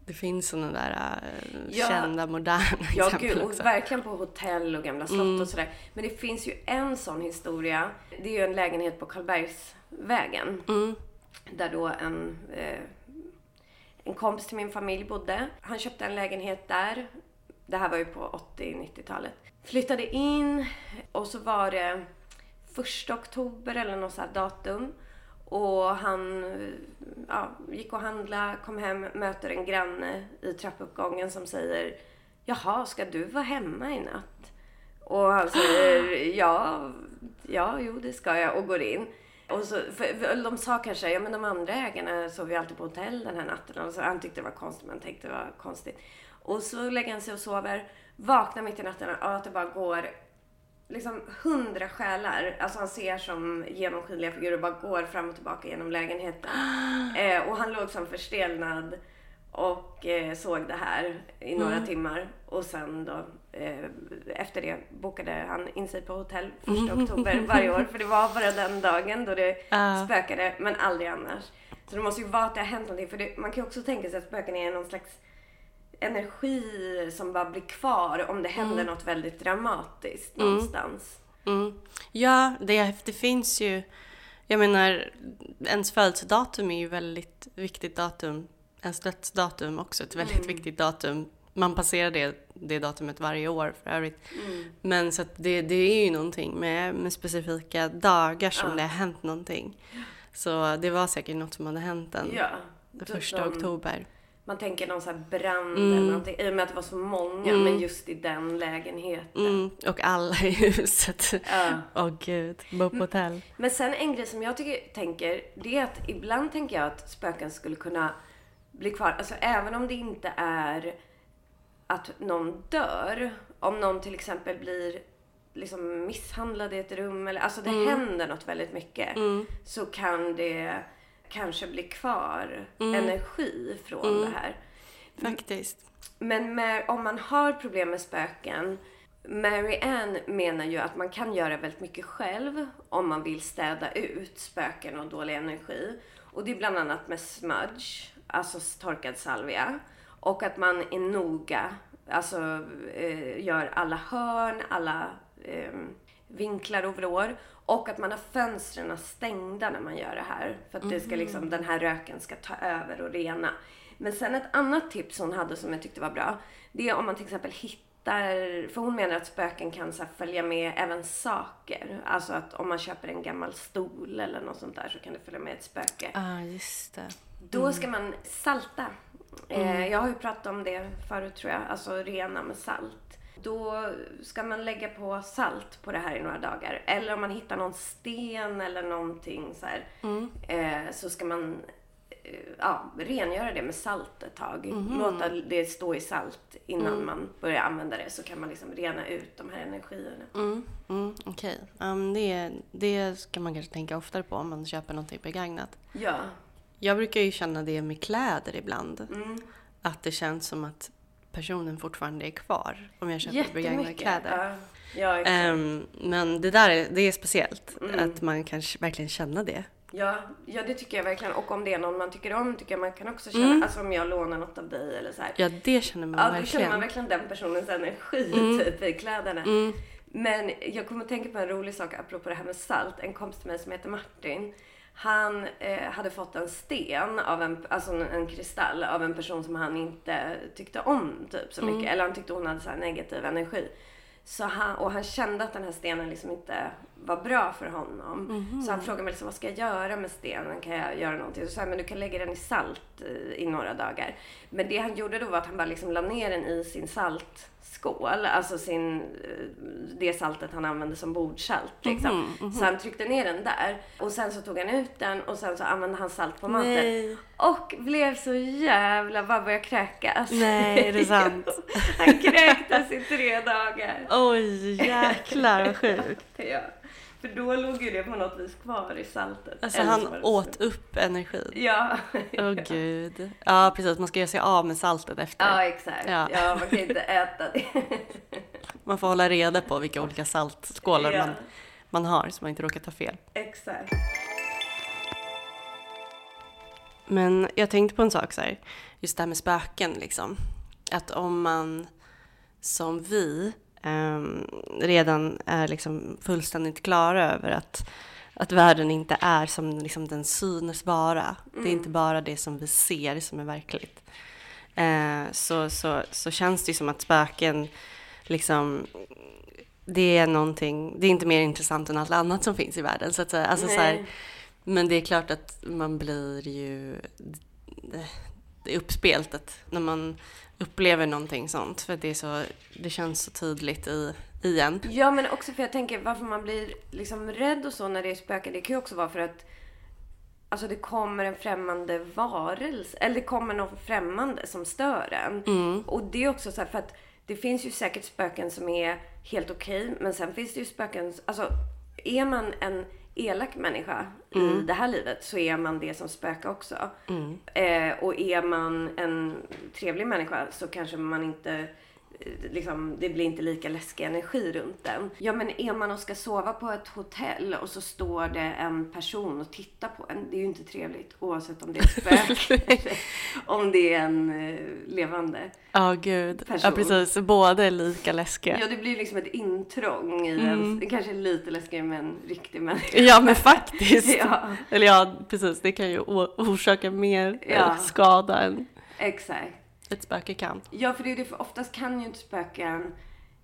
Det finns sådana där uh, ja, kända, moderna ja, exempel gud, också. Verkligen på hotell och gamla slott mm. och sådär. Men det finns ju en sån historia. Det är ju en lägenhet på Karlbergsvägen. Mm. Där då en, eh, en kompis till min familj bodde. Han köpte en lägenhet där. Det här var ju på åttio-nittiotalet. Flyttade in och så var det första oktober eller något sånt datum. Och han ja, gick och handlade, kom hem, möter en granne i trappuppgången som säger: jaha, ska du vara hemma i natt? Och han säger: ja, ja, jo det ska jag, och går in. Och så, för, för de sa kanske, ja men de andra ägarna sov ju alltid på hotell den här natten. Och så, han tyckte det var konstigt, men tänkte det var konstigt. Och så lägger han sig och sover, vaknar mitt i natten och att det bara går liksom hundra själar. Alltså han ser som genomskinliga figurer bara går fram och tillbaka genom lägenheten. Eh, och han låg som förstelnad och eh, såg det här i några mm. timmar. Och sen då, eh, efter det bokade han in sig på hotell första oktober varje år. För det var bara den dagen då det uh. spökade, men aldrig annars. Så det måste ju vara att det har hänt någonting. För det, man kan ju också tänka sig att spöken är någon slags energi som bara blir kvar om det händer mm. något väldigt dramatiskt mm. någonstans. Mm. Ja, det, det finns ju, jag menar, ens födelsedatum är ju väldigt viktigt datum. Ens dödsdatum också ett väldigt mm. viktigt datum. Man passerar det, det datumet varje år för övrigt. Mm. Men så att det, det är ju någonting med, med specifika dagar som ja. det har hänt någonting. Så det var säkert något som hade hänt den ja. första som, oktober. Man tänker någon så här brand mm. eller någonting. I och med att det var så många, mm. men just i den lägenheten. Mm. Och alla i huset. Åh ja. oh, gud, bo på hotell. Men sen en grej som jag tycker, tänker, det är att ibland tänker jag att spöken skulle kunna bli kvar. Alltså även om det inte är att någon dör. Om någon till exempel blir liksom misshandlad i ett rum. Eller, alltså det mm. händer något väldigt mycket. Mm. Så kan det kanske bli kvar mm. energi från mm. det här. Faktiskt. Men med, om man har problem med spöken. Mary Ann menar ju att man kan göra väldigt mycket själv. Om man vill städa ut spöken och dålig energi. Och det är bland annat med smudge. Alltså torkad salvia. Och att man är noga. Alltså eh, gör alla hörn, alla eh, vinklar och vrår. Och att man har fönstren stängda när man gör det här. För att det ska liksom, den här röken ska ta över och rena. Men sen ett annat tips hon hade som jag tyckte var bra. Det är om man till exempel hittar... För hon menar att spöken kan så här, följa med även saker. Alltså att om man köper en gammal stol eller något sånt där så kan det följa med ett spöke. Ja, ah, just det. Mm. Då ska man salta. Mm. Eh, jag har ju pratat om det förut tror jag. Alltså rena med salt. Då ska man lägga på salt på det här i några dagar. Eller om man hittar någon sten eller någonting så här. Mm. Eh, så ska man eh, ja, rengöra det med salt ett tag. Mm. Låta det stå i salt innan mm. man börjar använda det. Så kan man liksom rena ut de här energierna. Mm. Mm. Okej. Okay. Um, det, det ska man kanske tänka oftare på om man köper någonting begagnat. Ja. Jag brukar ju känna det med kläder ibland. Mm. Att det känns som att personen fortfarande är kvar om jag köper begagnade kläder. Ja, ja, um, men det där är, det är speciellt. Mm. Att man kan verkligen känna det. Ja, ja, det tycker jag verkligen. Och om det är någon man tycker om tycker jag man kan också känna. Mm. Alltså om jag lånar något av dig eller så här. Ja, det känner man ja, verkligen. Ja, då känner man verkligen den personens energi mm. typ i kläderna. Mm. Men jag kommer att tänka på en rolig sak apropå det här med salt. En kompis till mig som heter Martin. Han eh, hade fått en sten, av en, alltså en, en kristall av en person som han inte tyckte om typ så mycket. Mm. Eller han tyckte hon hade så här negativ energi. Så han, och han kände att den här stenen liksom inte var bra för honom. Mm. Så han frågade mig liksom, vad ska jag göra med stenen? Kan jag göra någonting? Så sa jag, men du kan lägga den i salt i, i några dagar. Men det han gjorde då var att han bara liksom la ner den i sin saltskål. Alltså sin, det saltet han använde som bordsalt. Liksom. Mm. Mm. Så han tryckte ner den där. Och sen så tog han ut den och sen så använde han salt på maten. Nej. Och blev så jävla, bara började kräkas. Nej, är det sant? Han kräktes i tre dagar. Oj, jäklar vad sjukt. Ja, för då låg ju det på något vis kvar i saltet. Alltså han åt upp energin. Ja. Åh oh, gud. Ja, precis. Man ska göra sig av med saltet efter. Ja, exakt. Ja, ja man kan inte äta det. Man får hålla reda på vilka olika saltskålar ja. man, man har så man inte råkar ta fel. Exakt. Men jag tänkte på en sak så här, just det här med spöken liksom. Att om man som vi eh, redan är liksom fullständigt klara över att, att världen inte är som liksom den synes vara. Mm. Det är inte bara det som vi ser som är verkligt. Eh, så, så, så känns det som att spöken liksom, det är någonting, det är inte mer intressant än allt annat som finns i världen. Så att säga. Alltså, så här, men det är klart att man blir ju det, det är uppspelt att när man upplever någonting sånt, för det är så, det känns så tydligt i igen. Ja, men också för jag tänker varför man blir liksom rädd och så när det är spöken, det kan ju också vara för att alltså det kommer en främmande varelse, eller det kommer något främmande som stör en. Mm. Och det är också så här, för att det finns ju säkert spöken som är helt okej, okay, men sen finns det ju spöken, alltså är man en elak människa mm. i det här livet så är man det som spökar också. Mm. Eh, och är man en trevlig människa så kanske man inte liksom, det blir inte lika läskig energi runt den. Ja, men är man och ska sova på ett hotell och så står det en person och tittar på en, det är ju inte trevligt oavsett om det är spök om det är en uh, levande Ja, oh, gud. Person. Ja, precis. Båda är lika läskiga. Ja, det blir liksom ett intrång i mm. en, det kanske är lite läskigare med en riktig människa. Ja, men faktiskt. ja. Eller ja, precis. Det kan ju orsaka mer ja. skada än exakt. Ett spöke kan. Ja, för det är det, för oftast kan ju inte spöken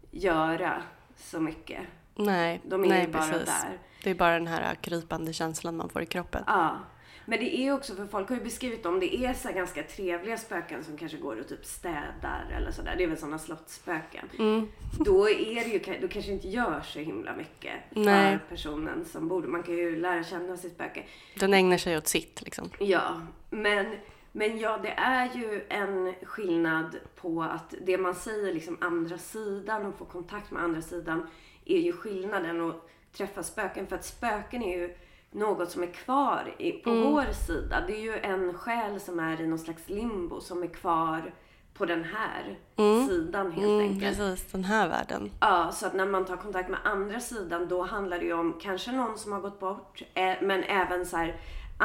göra så mycket. Nej, de är nej, ju bara precis. där. Det är bara den här krypande känslan man får i kroppen. Ja, men det är också, för folk har ju beskrivit om det är så ganska trevliga spöken som kanske går och typ städar eller sådär. Det är väl sådana slottsspöken. Mm. Då är det ju, då kanske inte gör så himla mycket för nej. personen som borde. Man kan ju lära känna sitt spöke. Den ägnar sig åt sitt liksom. Ja, men... Men ja, det är ju en skillnad på att det man säger liksom andra sidan och få kontakt med andra sidan är ju skillnaden att träffa spöken. För att spöken är ju något som är kvar i, på mm. vår sida. Det är ju en själ som är i någon slags limbo som är kvar på den här mm. sidan helt mm, enkelt. Precis, den här världen. Ja, så att när man tar kontakt med andra sidan då handlar det ju om kanske någon som har gått bort. Men även så här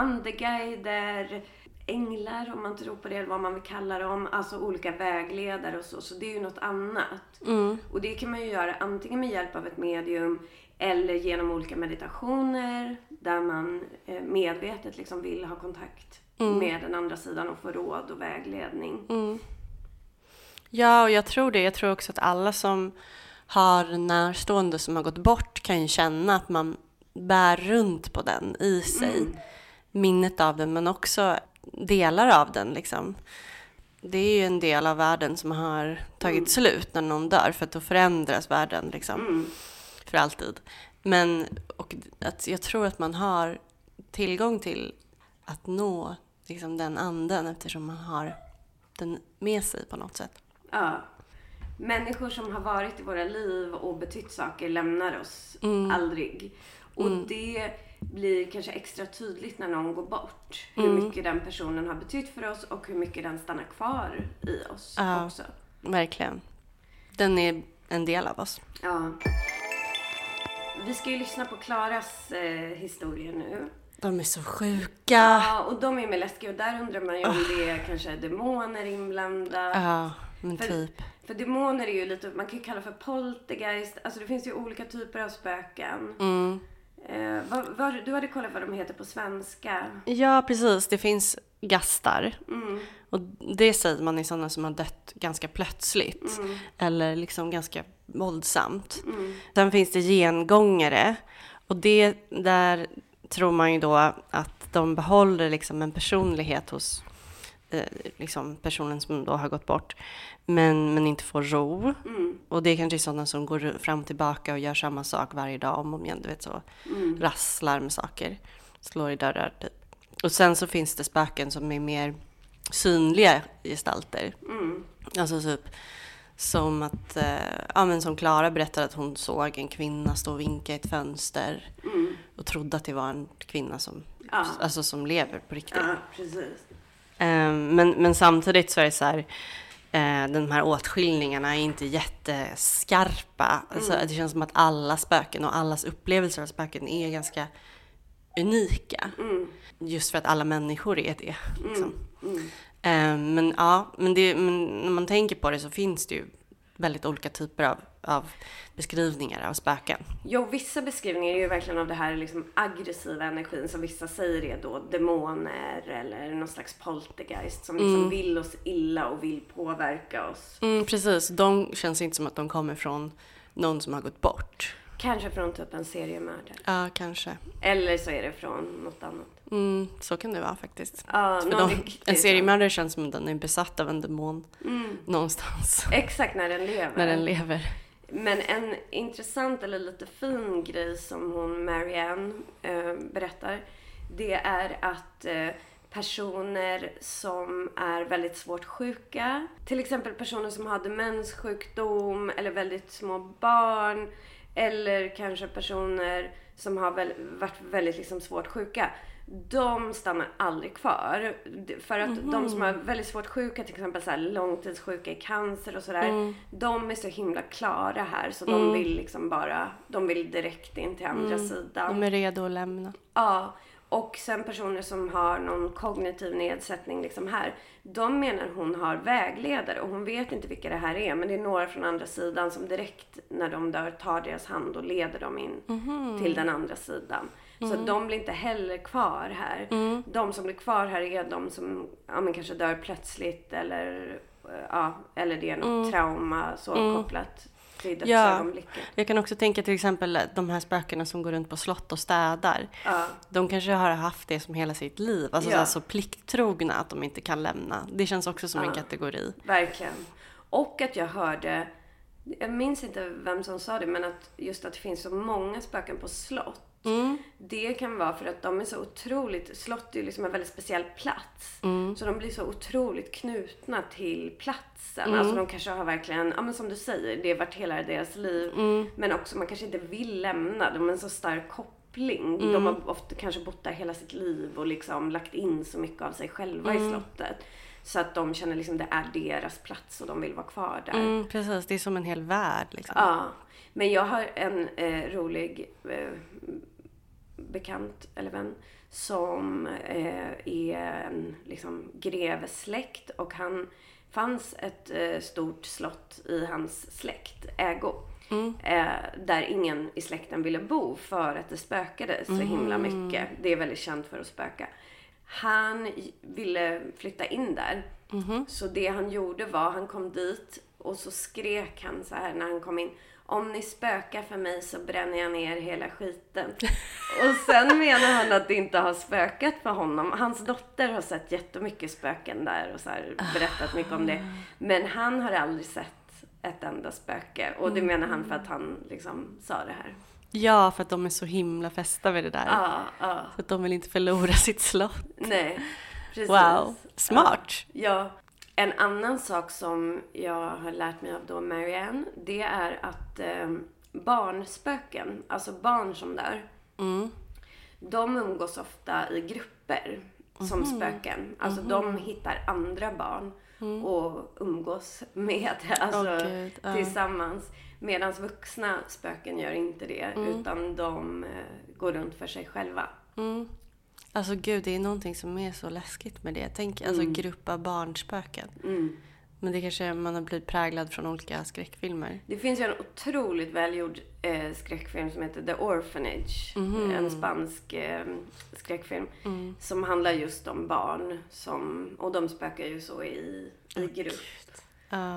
andeguider, änglar om man tror på det eller vad man vill kalla dem, alltså olika vägledare och så, så det är ju något annat. Mm. Och det kan man ju göra antingen med hjälp av ett medium eller genom olika meditationer där man medvetet liksom vill ha kontakt mm. med den andra sidan och få råd och vägledning. Mm. Ja, och jag tror det. Jag tror också att alla som har närstående som har gått bort kan ju känna att man bär runt på den i sig. Mm. Minnet av den, men också delar av den liksom. Det är ju en del av världen som har tagit mm. slut när någon dör, för att då förändras världen liksom mm. för alltid. Men och att jag tror att man har tillgång till att nå liksom den anden eftersom man har den med sig på något sätt. Ja. Människor som har varit i våra liv och betytt saker lämnar oss mm. aldrig. Och mm. det blir kanske extra tydligt när någon går bort. Hur mm. mycket den personen har betytt för oss och hur mycket den stannar kvar i oss ja, också. Verkligen. Den är en del av oss. Ja. Vi ska ju lyssna på Klaras eh, historia nu. De är så sjuka. Ja, och de är med läskiga. Och där undrar man ju om det är kanske demoner inblandade. Ja, men för, typ. För demoner är ju lite, man kan ju kalla för poltergeist. Alltså det finns ju olika typer av spöken. Mm. Eh, vad, vad, du hade kollat vad de heter på svenska. Ja, precis. Det finns gastar. Mm. Och det säger man är sådana som har dött ganska plötsligt. Mm. Eller liksom ganska våldsamt. Mm. Sen finns det gengångare. Och det där tror man ju då att de behåller liksom en personlighet hos eh, liksom personen som då har gått bort. Men, men inte får ro. Mm. Och det är kanske sådana som går fram och tillbaka och gör samma sak varje dag om och om igen. Du vet så. Mm. Rasslar med saker. Slår i dörrar typ. Och sen så finns det spöken som är mer synliga gestalter. Mm. Alltså typ som att, eh, ja men som Klara berättade att hon såg en kvinna stå och vinka i ett fönster. Mm. Och trodde att det var en kvinna som, ja. alltså som lever på riktigt. Ja, precis. Eh, men, men samtidigt så är det så här, eh, de här åtskiljningarna är inte jätteskarpa. Mm. Alltså, det känns som att alla spöken och allas upplevelser av spöken är ganska unika. Mm. Just för att alla människor är det. Liksom. Mm. Mm. Eh, men ja, men, det, men när man tänker på det så finns det ju väldigt olika typer av, av beskrivningar av spöken. Jo, vissa beskrivningar är ju verkligen av det här liksom aggressiva energin som vissa säger är då demoner eller någon slags poltergeist som liksom mm. vill oss illa och vill påverka oss. Mm, precis, de känns inte som att de kommer från någon som har gått bort. Kanske från typ en seriemördare. Ja, kanske. Eller så är det från något annat. Mm, så kan det vara faktiskt. Ja, för de, en seriemördare känns som att den är besatt av en demon mm. någonstans. Exakt, när den lever. när den lever. Men en intressant eller lite fin grej som hon, Marianne, eh, berättar, det är att eh, personer som är väldigt svårt sjuka, till exempel personer som har demenssjukdom eller väldigt små barn, eller kanske personer som har väl, varit väldigt liksom svårt sjuka, de stannar aldrig kvar. För att mm. de som är väldigt svårt sjuka, till exempel så här långtidssjuka i cancer och sådär, mm. de är så himla klara här. Så mm. de vill liksom bara, de vill direkt in till andra mm. sidan. De är redo att lämna. Ja, och sen personer som har någon kognitiv nedsättning liksom här, de menar hon har vägledare och hon vet inte vilka det här är, men det är några från andra sidan som direkt när de dör tar deras hand och leder dem in mm. till den andra sidan. Så mm. de blir inte heller kvar här. Mm. De som blir kvar här är de som ja, men kanske dör plötsligt eller, ja, eller det är något mm. trauma så mm. kopplat till dödsögonblicket. Ja, jag kan också tänka till exempel de här spökena som går runt på slott och städar. Ja. De kanske har haft det som hela sitt liv. Alltså ja. så plikttrogna att de inte kan lämna. Det känns också som ja. en kategori. Verkligen. Och att jag hörde, jag minns inte vem som sa det, men att just att det finns så många spöken på slott. Mm. Det kan vara för att de är så otroligt, slott är ju liksom en väldigt speciell plats. Mm. Så de blir så otroligt knutna till platsen. Mm. Alltså de kanske har verkligen, ja men som du säger, det har varit hela deras liv. Mm. Men också man kanske inte vill lämna. De har en så stark koppling. Mm. De har ofta kanske bott där hela sitt liv och liksom lagt in så mycket av sig själva mm. i slottet. Så att de känner liksom det är deras plats och de vill vara kvar där. Mm, precis, det är som en hel värld liksom. Ja, men jag har en eh, rolig eh, bekant eller vän som eh, är en liksom grevesläkt och han fanns ett eh, stort slott i hans släkt ägo. Mm. Eh, där ingen i släkten ville bo för att det spökade så mm. himla mycket. Det är väldigt känt för att spöka. Han ville flytta in där. Mm. Så det han gjorde var, han kom dit och så skrek han så här när han kom in: om ni spökar för mig så bränner jag ner hela skiten. Och sen menar han att det inte har spökat för honom. Hans dotter har sett jättemycket spöken där och så här berättat mycket om det. Men han har aldrig sett ett enda spöke. Och det menar han för att han liksom sa det här. Ja, för att de är så himla fästa vid det där. Ja, ja. Så att de vill inte förlora sitt slott. Nej, precis. Wow, smart. Ja. ja. En annan sak som jag har lärt mig av då Marianne, det är att eh, barnspöken, alltså barn som dör, mm. de umgås ofta i grupper som mm. spöken. Alltså mm. de hittar andra barn mm. och umgås med, alltså oh, uh. tillsammans. Medan vuxna spöken gör inte det, mm. utan de eh, går runt för sig själva. Mm. Alltså gud, det är någonting som är så läskigt med det. Tänk, mm. alltså grupp av barnspöken. Mm. Men det kanske man har blivit präglad från olika skräckfilmer. Det finns ju en otroligt välgjord eh, skräckfilm som heter The Orphanage. Mm. En spansk eh, skräckfilm. Mm. Som handlar just om barn. Som, och de spökar ju så i, i grupp. Ja.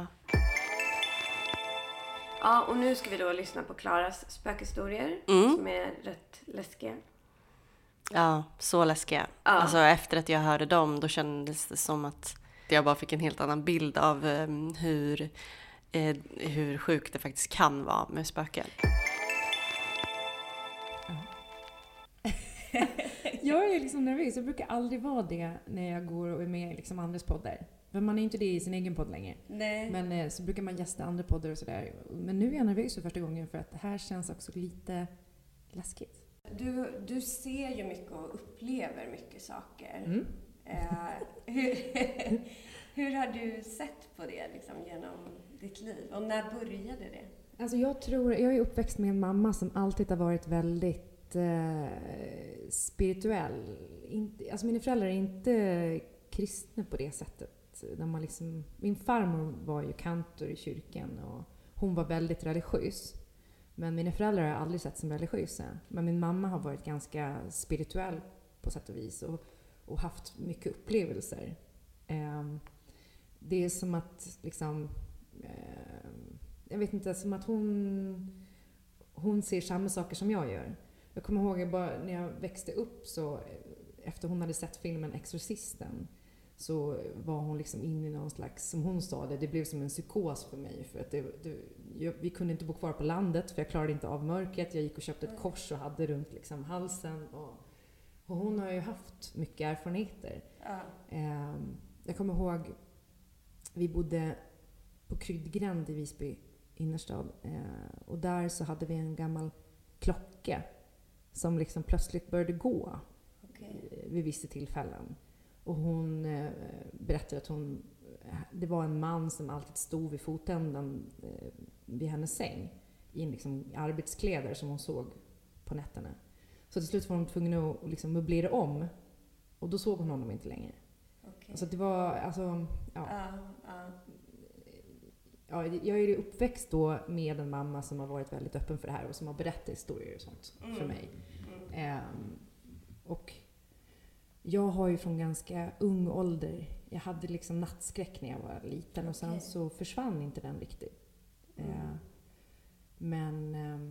Ja, och nu ska vi då lyssna på Klaras spökhistorier. Mm. Som är rätt läskiga. Ja, så läskiga. Ja. Alltså efter att jag hörde dem, då kändes det som att jag bara fick en helt annan bild av um, hur, eh, hur sjukt det faktiskt kan vara med spöken. Jag är liksom nervös. Jag brukar aldrig vara det när jag går och är med i liksom andras poddar. För man är inte det i sin egen podd längre. Nej. Men eh, så brukar man gästa andra poddar och sådär. Men nu är jag nervös för första gången för att det här känns också lite läskigt. Du, du ser ju mycket och upplever mycket saker. Mm. Eh, hur, hur har du sett på det liksom, genom ditt liv? Och när började det? Alltså jag tror, jag är uppväxt med en mamma som alltid har varit väldigt väldigt eh, spirituell. Inte, alltså mina föräldrar är inte kristna på det sättet. När man liksom, min farmor var ju kantor i kyrkan och hon var väldigt religiös. Men mina föräldrar har jag aldrig sett som religiösa. Men min mamma har varit ganska spirituell på sätt och vis och, och haft mycket upplevelser. Eh, det är som att liksom, eh, jag vet inte, som att hon hon ser samma saker som jag gör. Jag kommer ihåg att bara när jag växte upp så efter hon hade sett filmen Exorcisten så var hon liksom inne i någon slags, som hon sa det, det blev som en psykos för mig för att det, det, jag, vi kunde inte bo kvar på landet för jag klarade inte av mörkret. Jag gick och köpte ett kors och hade runt liksom halsen och, och hon har ju haft mycket erfarenheter. Ja. Eh, jag kommer ihåg vi bodde på Kryddgränd i Visby innerstad. Eh, och där så hade vi en gammal klocka som liksom plötsligt började gå okay. vid vissa tillfällen. Och hon eh, berättade att hon, det var en man som alltid stod vid fotändan eh, vid hennes säng i en liksom arbetskläder som hon såg på nätterna. Så till slut var hon tvungen att liksom möblera om och då såg hon honom inte längre. Okay. Alltså det var, alltså, ja. Uh, uh. Ja, jag är uppväxt då med en mamma som har varit väldigt öppen för det här och som har berättat historier och sånt mm. för mig. Mm. Um, och jag har ju från ganska ung ålder, jag hade liksom nattskräck när jag var liten och sen okay. så försvann inte den riktigt. Mm. Uh, men um,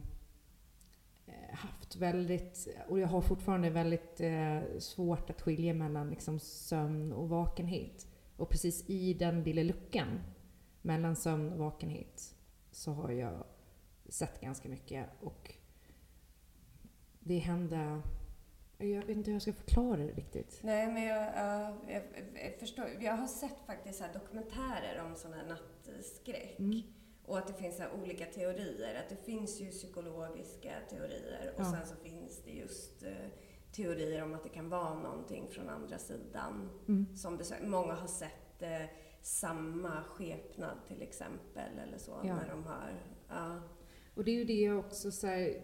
haft väldigt, och jag har fortfarande väldigt uh, svårt att skilja mellan liksom sömn och vakenhet. Och precis i den lilla luckan mellan sömn och vakenhet så har jag sett ganska mycket och det hände, jag vet inte hur jag ska förklara det riktigt. Nej, men jag, jag, jag, jag förstår. Jag har sett faktiskt så här dokumentärer om sån här nattskräck mm. och att det finns så här olika teorier. Att det finns ju psykologiska teorier och ja. Sen så finns det just uh, teorier om att det kan vara någonting från andra sidan mm. som besök. Många har sett uh, samma skepnad till exempel eller så ja. När de har ja. Och det är ju det också så här,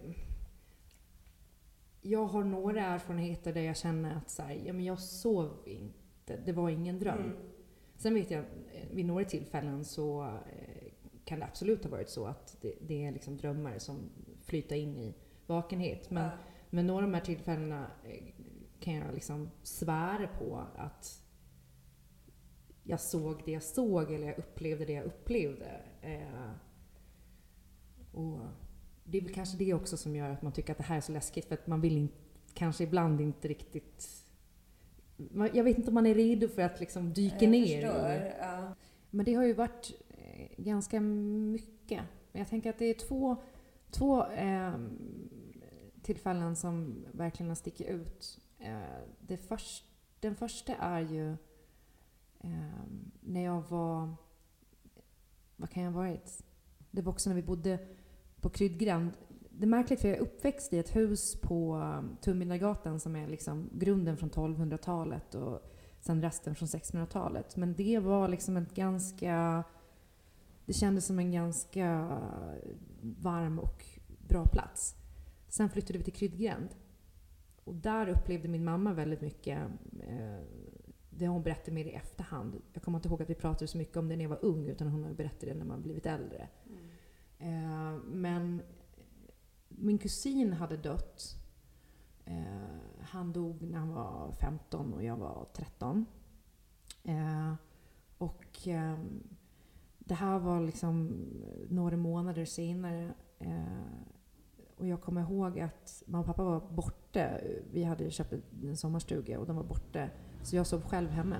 jag har några erfarenheter där jag känner att så här, ja men jag sov inte, det var ingen dröm. Mm. Sen vet jag vid några tillfällen så eh, kan det absolut ha varit så att det, det är liksom drömmar som flyter in i vakenhet men, ja. Men några av de här tillfällena eh, kan jag liksom svära på att jag såg det jag såg eller jag upplevde det jag upplevde. Eh, och det är väl kanske det också som gör att man tycker att det här är så läskigt för att man vill inte, kanske ibland inte riktigt, jag vet inte om man är redo för att liksom dyka jag ner. Förstår, ja. Men det har ju varit eh, ganska mycket. Men jag tänker att det är två, två eh, tillfällen som verkligen sticker ut. Eh, det först, den första är ju Um, när jag var, vad kan jag ha varit? Det var också när vi bodde på Kryddgränd. Det är märkligt för jag är uppväxt i ett hus på um, Tumminagatan som är liksom grunden från tolvhundratalet och sen resten från sextonhundratalet. Men det var liksom ett ganska, det kändes som en ganska varm och bra plats. Sen flyttade vi till Kryddgränd och där upplevde min mamma väldigt mycket eh, det hon berättade mer i efterhand. Jag kommer inte ihåg att vi pratade så mycket om det när jag var ung utan hon har berättat det när man blivit äldre. Mm. Eh, men min kusin hade dött. Eh, han dog när han var femton och jag var tretton. Eh, och eh, det här var liksom några månader senare. Eh, och jag kommer ihåg att mamma och pappa var borta. Vi hade köpt en sommarstuga och de var borta. Så jag sov själv hemma.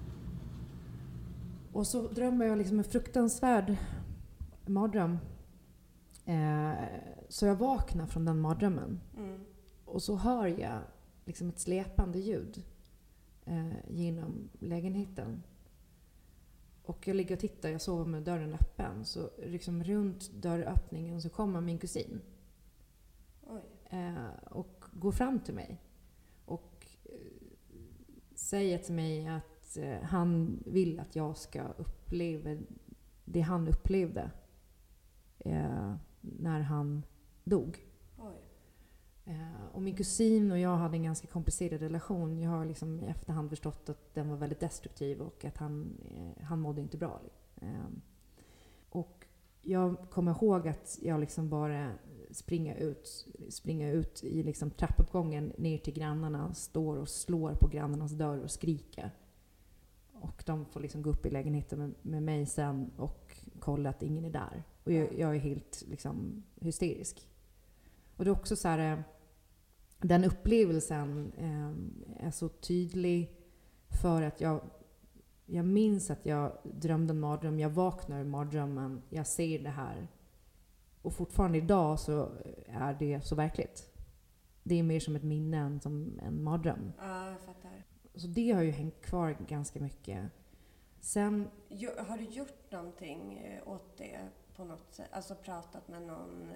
Och så drömmer jag liksom en fruktansvärd mardröm. Eh, så jag vaknar från den mardrömmen. Mm. Och så hör jag liksom ett släpande ljud eh, genom lägenheten. Och jag ligger och tittar, jag sover med dörren öppen. Så liksom runt dörröppningen så kommer min kusin. Oj. Eh, och går fram till mig. Och eh, säger till mig att eh, han vill att jag ska uppleva det han upplevde eh, när han dog. Oj. Eh, och min kusin och jag hade en ganska komplicerad relation. Jag har liksom i efterhand förstått att den var väldigt destruktiv och att han, eh, han mådde inte bra. Eh, och jag kommer ihåg att jag liksom bara springa ut, springa ut i liksom trappuppgången ner till grannarna, står och slår på grannarnas dörr och skriker. Och de får liksom gå upp i lägenheten med, med mig sen och kolla att ingen är där. Och jag, jag är helt liksom hysterisk. Och det är också så här, den upplevelsen eh, är så tydlig för att jag, jag minns att jag drömde en mardröm. Jag vaknar ur mardrömmen, jag ser det här. Och fortfarande idag så är det så verkligt. Det är mer som ett minne än som en mardröm. Ja, jag fattar. Så det har ju hängt kvar ganska mycket. Sen... Har du gjort någonting åt det på något sätt? Alltså pratat med någon,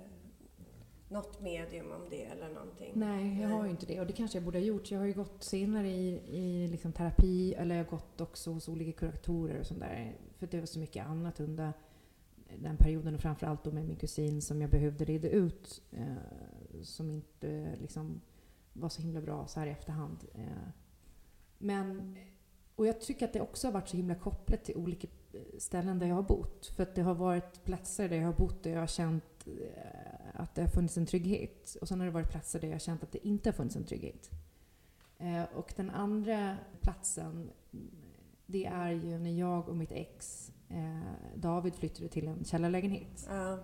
något medium om det eller någonting? Nej, jag har ju inte det. Och det kanske jag borde ha gjort. Jag har ju gått senare i, i liksom terapi, eller jag har gått också hos olika kuratorer och sånt där. För det var så mycket annat under den perioden, och framförallt då med min kusin som jag behövde reda ut, eh, som inte liksom var så himla bra så här i efterhand. Eh, men, och jag tycker att det också har varit så himla kopplat till olika ställen där jag har bott. För att det har varit platser där jag har bott där jag har känt eh, att det har funnits en trygghet. Och sen har det varit platser där jag har känt att det inte har funnits en trygghet. Eh, och den andra platsen, det är ju när jag och mitt ex eh, David flyttade till en källarlägenhet. Ja.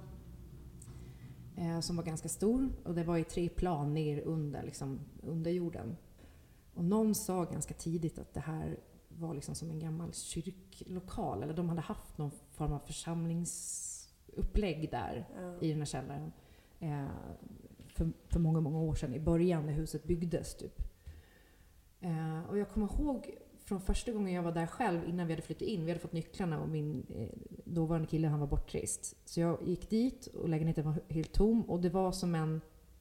Eh, som var ganska stor. Och det var i tre plan ner under, liksom, under jorden. Och någon sa ganska tidigt att det här var liksom som en gammal kyrklokal. Eller de hade haft någon form av församlingsupplägg där ja. i den här källaren. Eh, för, för många, många år sedan. I början när huset byggdes typ. Eh, och jag kommer ihåg från första gången jag var där själv innan vi hade flyttat in. Vi hade fått nycklarna och min eh, dåvarande kille, han var bortrest. Så jag gick dit och lägenheten var helt tom. Och det var som en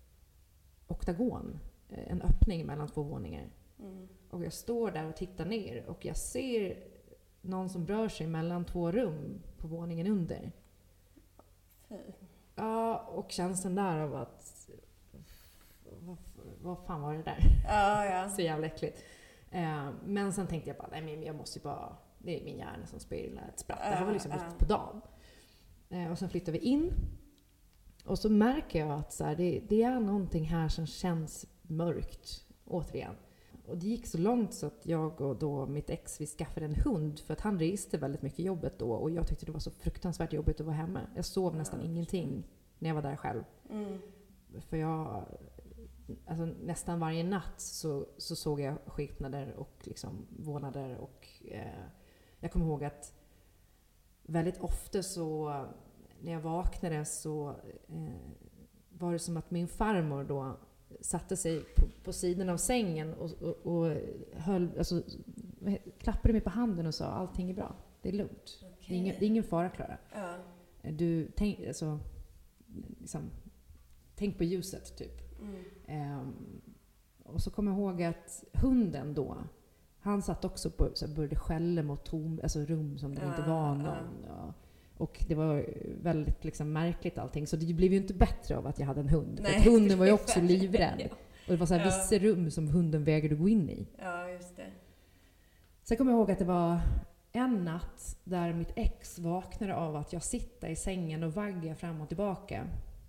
oktagon. En öppning mellan två våningar. Mm. Och jag står där och tittar ner och jag ser någon som rör sig mellan två rum på våningen under. Fy. Ja, och känslan där av att vad, vad fan var det där? Ja, ja. Så jävla äckligt. Eh, men sen tänkte jag bara, nej men jag måste ju bara, det är min hjärna som spelar ett spratt. Det här var liksom mitt på dagen. Eh, och sen flyttade vi in. Och så märker jag att så här, det, det är någonting här som känns mörkt, återigen. Och det gick så långt så att jag och då mitt ex, vi skaffade en hund. För att han reste väldigt mycket jobbet då. Och jag tyckte det var så fruktansvärt jobbigt att vara hemma. Jag sov nästan mm. ingenting när jag var där själv. Mm. För jag, alltså nästan varje natt så, så såg jag skepnader och liksom vånader. Och eh, jag kommer ihåg att väldigt ofta så, när jag vaknade så eh, var det som att min farmor då satte sig på, på sidan av sängen och, och, och höll, alltså, klappade mig på handen och sa allting är bra, det är lugnt. Okay. Det, är ingen, det är ingen fara, Klara. Ja. Du, tänk, alltså, liksom, tänk på ljuset, typ. Mm. Um, och så kommer jag ihåg att hunden då, han satt också på, så började skälla mot tom, alltså rum som det ja, inte var någon. Ja. Och det var väldigt liksom märkligt allting. Så det blev ju inte bättre av att jag hade en hund. Nej, för hunden var ju också livrädd. Ja. Och det var så här ja. vissa rum som hunden vägrade gå in i. Ja, just det. Sen kommer jag ihåg att det var en natt där mitt ex vaknade av att jag sitter i sängen och vaggar fram och tillbaka.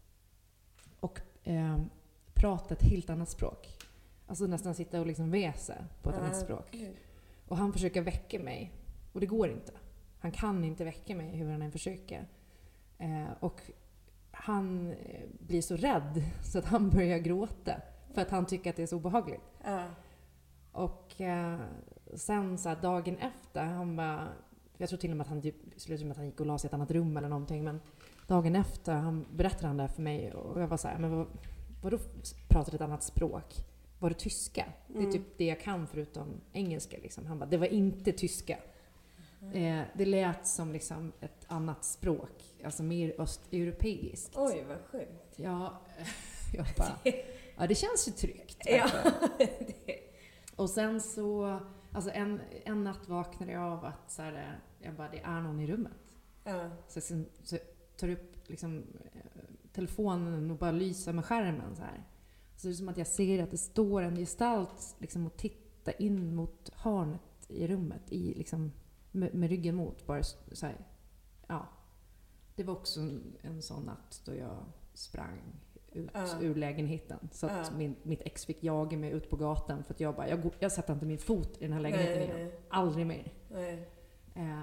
Och eh, pratar ett helt annat språk. Alltså nästan sitta och liksom väsa på ett ja. annat språk. Och han försöker väcka mig. Och det går inte. Han kan inte väcka mig hur han än försöker. Eh, och han eh, blir så rädd så att han börjar gråta. För att han tycker att det är så obehagligt. Uh. Och eh, sen så här, dagen efter, han bara, jag tror till och med att han typ, slutade med att han gick och la sig i ett annat rum eller någonting. Men dagen efter han berättade han det för mig. Och jag var så här, men vad, vadå pratar ett annat språk? Var det tyska? Mm. Det är typ det jag kan förutom engelska. Liksom. Han bara, det var inte tyska. Eh, det lät som liksom ett annat språk, alltså mer östeuropeiskt. Oj, vad sjukt. Ja, jag bara, ja det känns ju tryggt. Ja. Och sen så, alltså en, en natt vaknade jag av att så här, jag bara, det är någon i rummet. Ja. Så sen så tar jag upp liksom telefonen och bara lyser med skärmen så här. Så det är som att jag ser att det står en gestalt liksom, och tittar in mot hörnet i rummet. I, liksom, med, med ryggen mot. Bara så här. Ja. Det var också en, en sån natt då jag sprang ut uh. ur lägenheten. Så att uh. min, mitt ex fick jaga mig ut på gatan. För att jag bara, jag, jag sätter inte min fot i den här lägenheten nej, igen. Nej. Aldrig mer. Nej. Uh,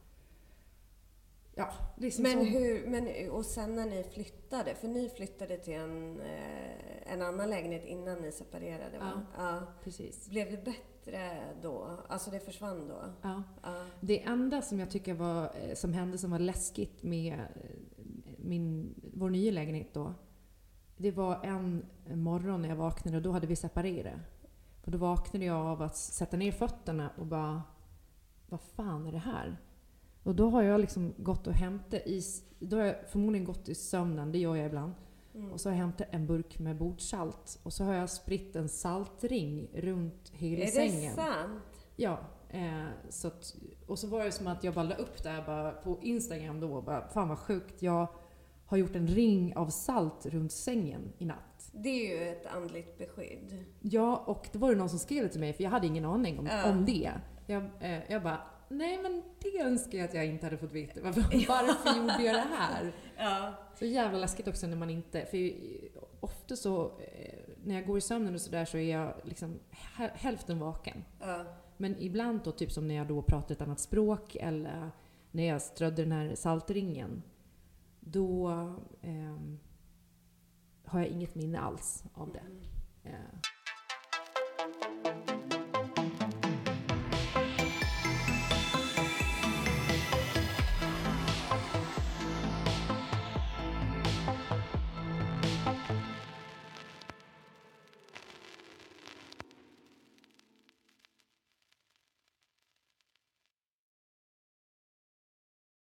ja, liksom men så. hur, men, och sen när ni flyttade, för ni flyttade till en, eh, en annan lägenhet innan ni separerade, va? Ja, ja, precis. Blev det bättre då? Alltså det försvann då? Ja. ja. Det enda som jag tycker var, som hände som var läskigt med min, vår nya lägenhet då, det var en morgon när jag vaknade och då hade vi separerat. För då vaknade jag av att sätta ner fötterna och bara, vad fan är det här? Och då har jag liksom gått och hämtat i, då har jag förmodligen gått i sömnen, det gör jag ibland. Mm. Och så har jag hämtat en burk med bordsalt. Och så har jag spritt en saltring runt hela sängen. Är det sant? Ja. Eh, så att, och så var det som att jag bara la upp det här bara på Instagram då. Bara, fan vad sjukt, jag har gjort en ring av salt runt sängen i natt. Det är ju ett andligt beskydd. Ja, och det var det någon som skrev det till mig, för jag hade ingen aning om, uh. om det. Jag, eh, jag bara, nej men det önskar jag att jag inte hade fått veta. Varför, varför gjorde jag det här? Ja. Så jävla läskigt också när man inte, för ofta så, eh, när jag går i sömnen och sådär så är jag liksom hälften vaken. Ja. Men ibland då, typ som när jag då pratar ett annat språk eller när jag strödde den här saltringen, då eh, har jag inget minne alls av det. Mm.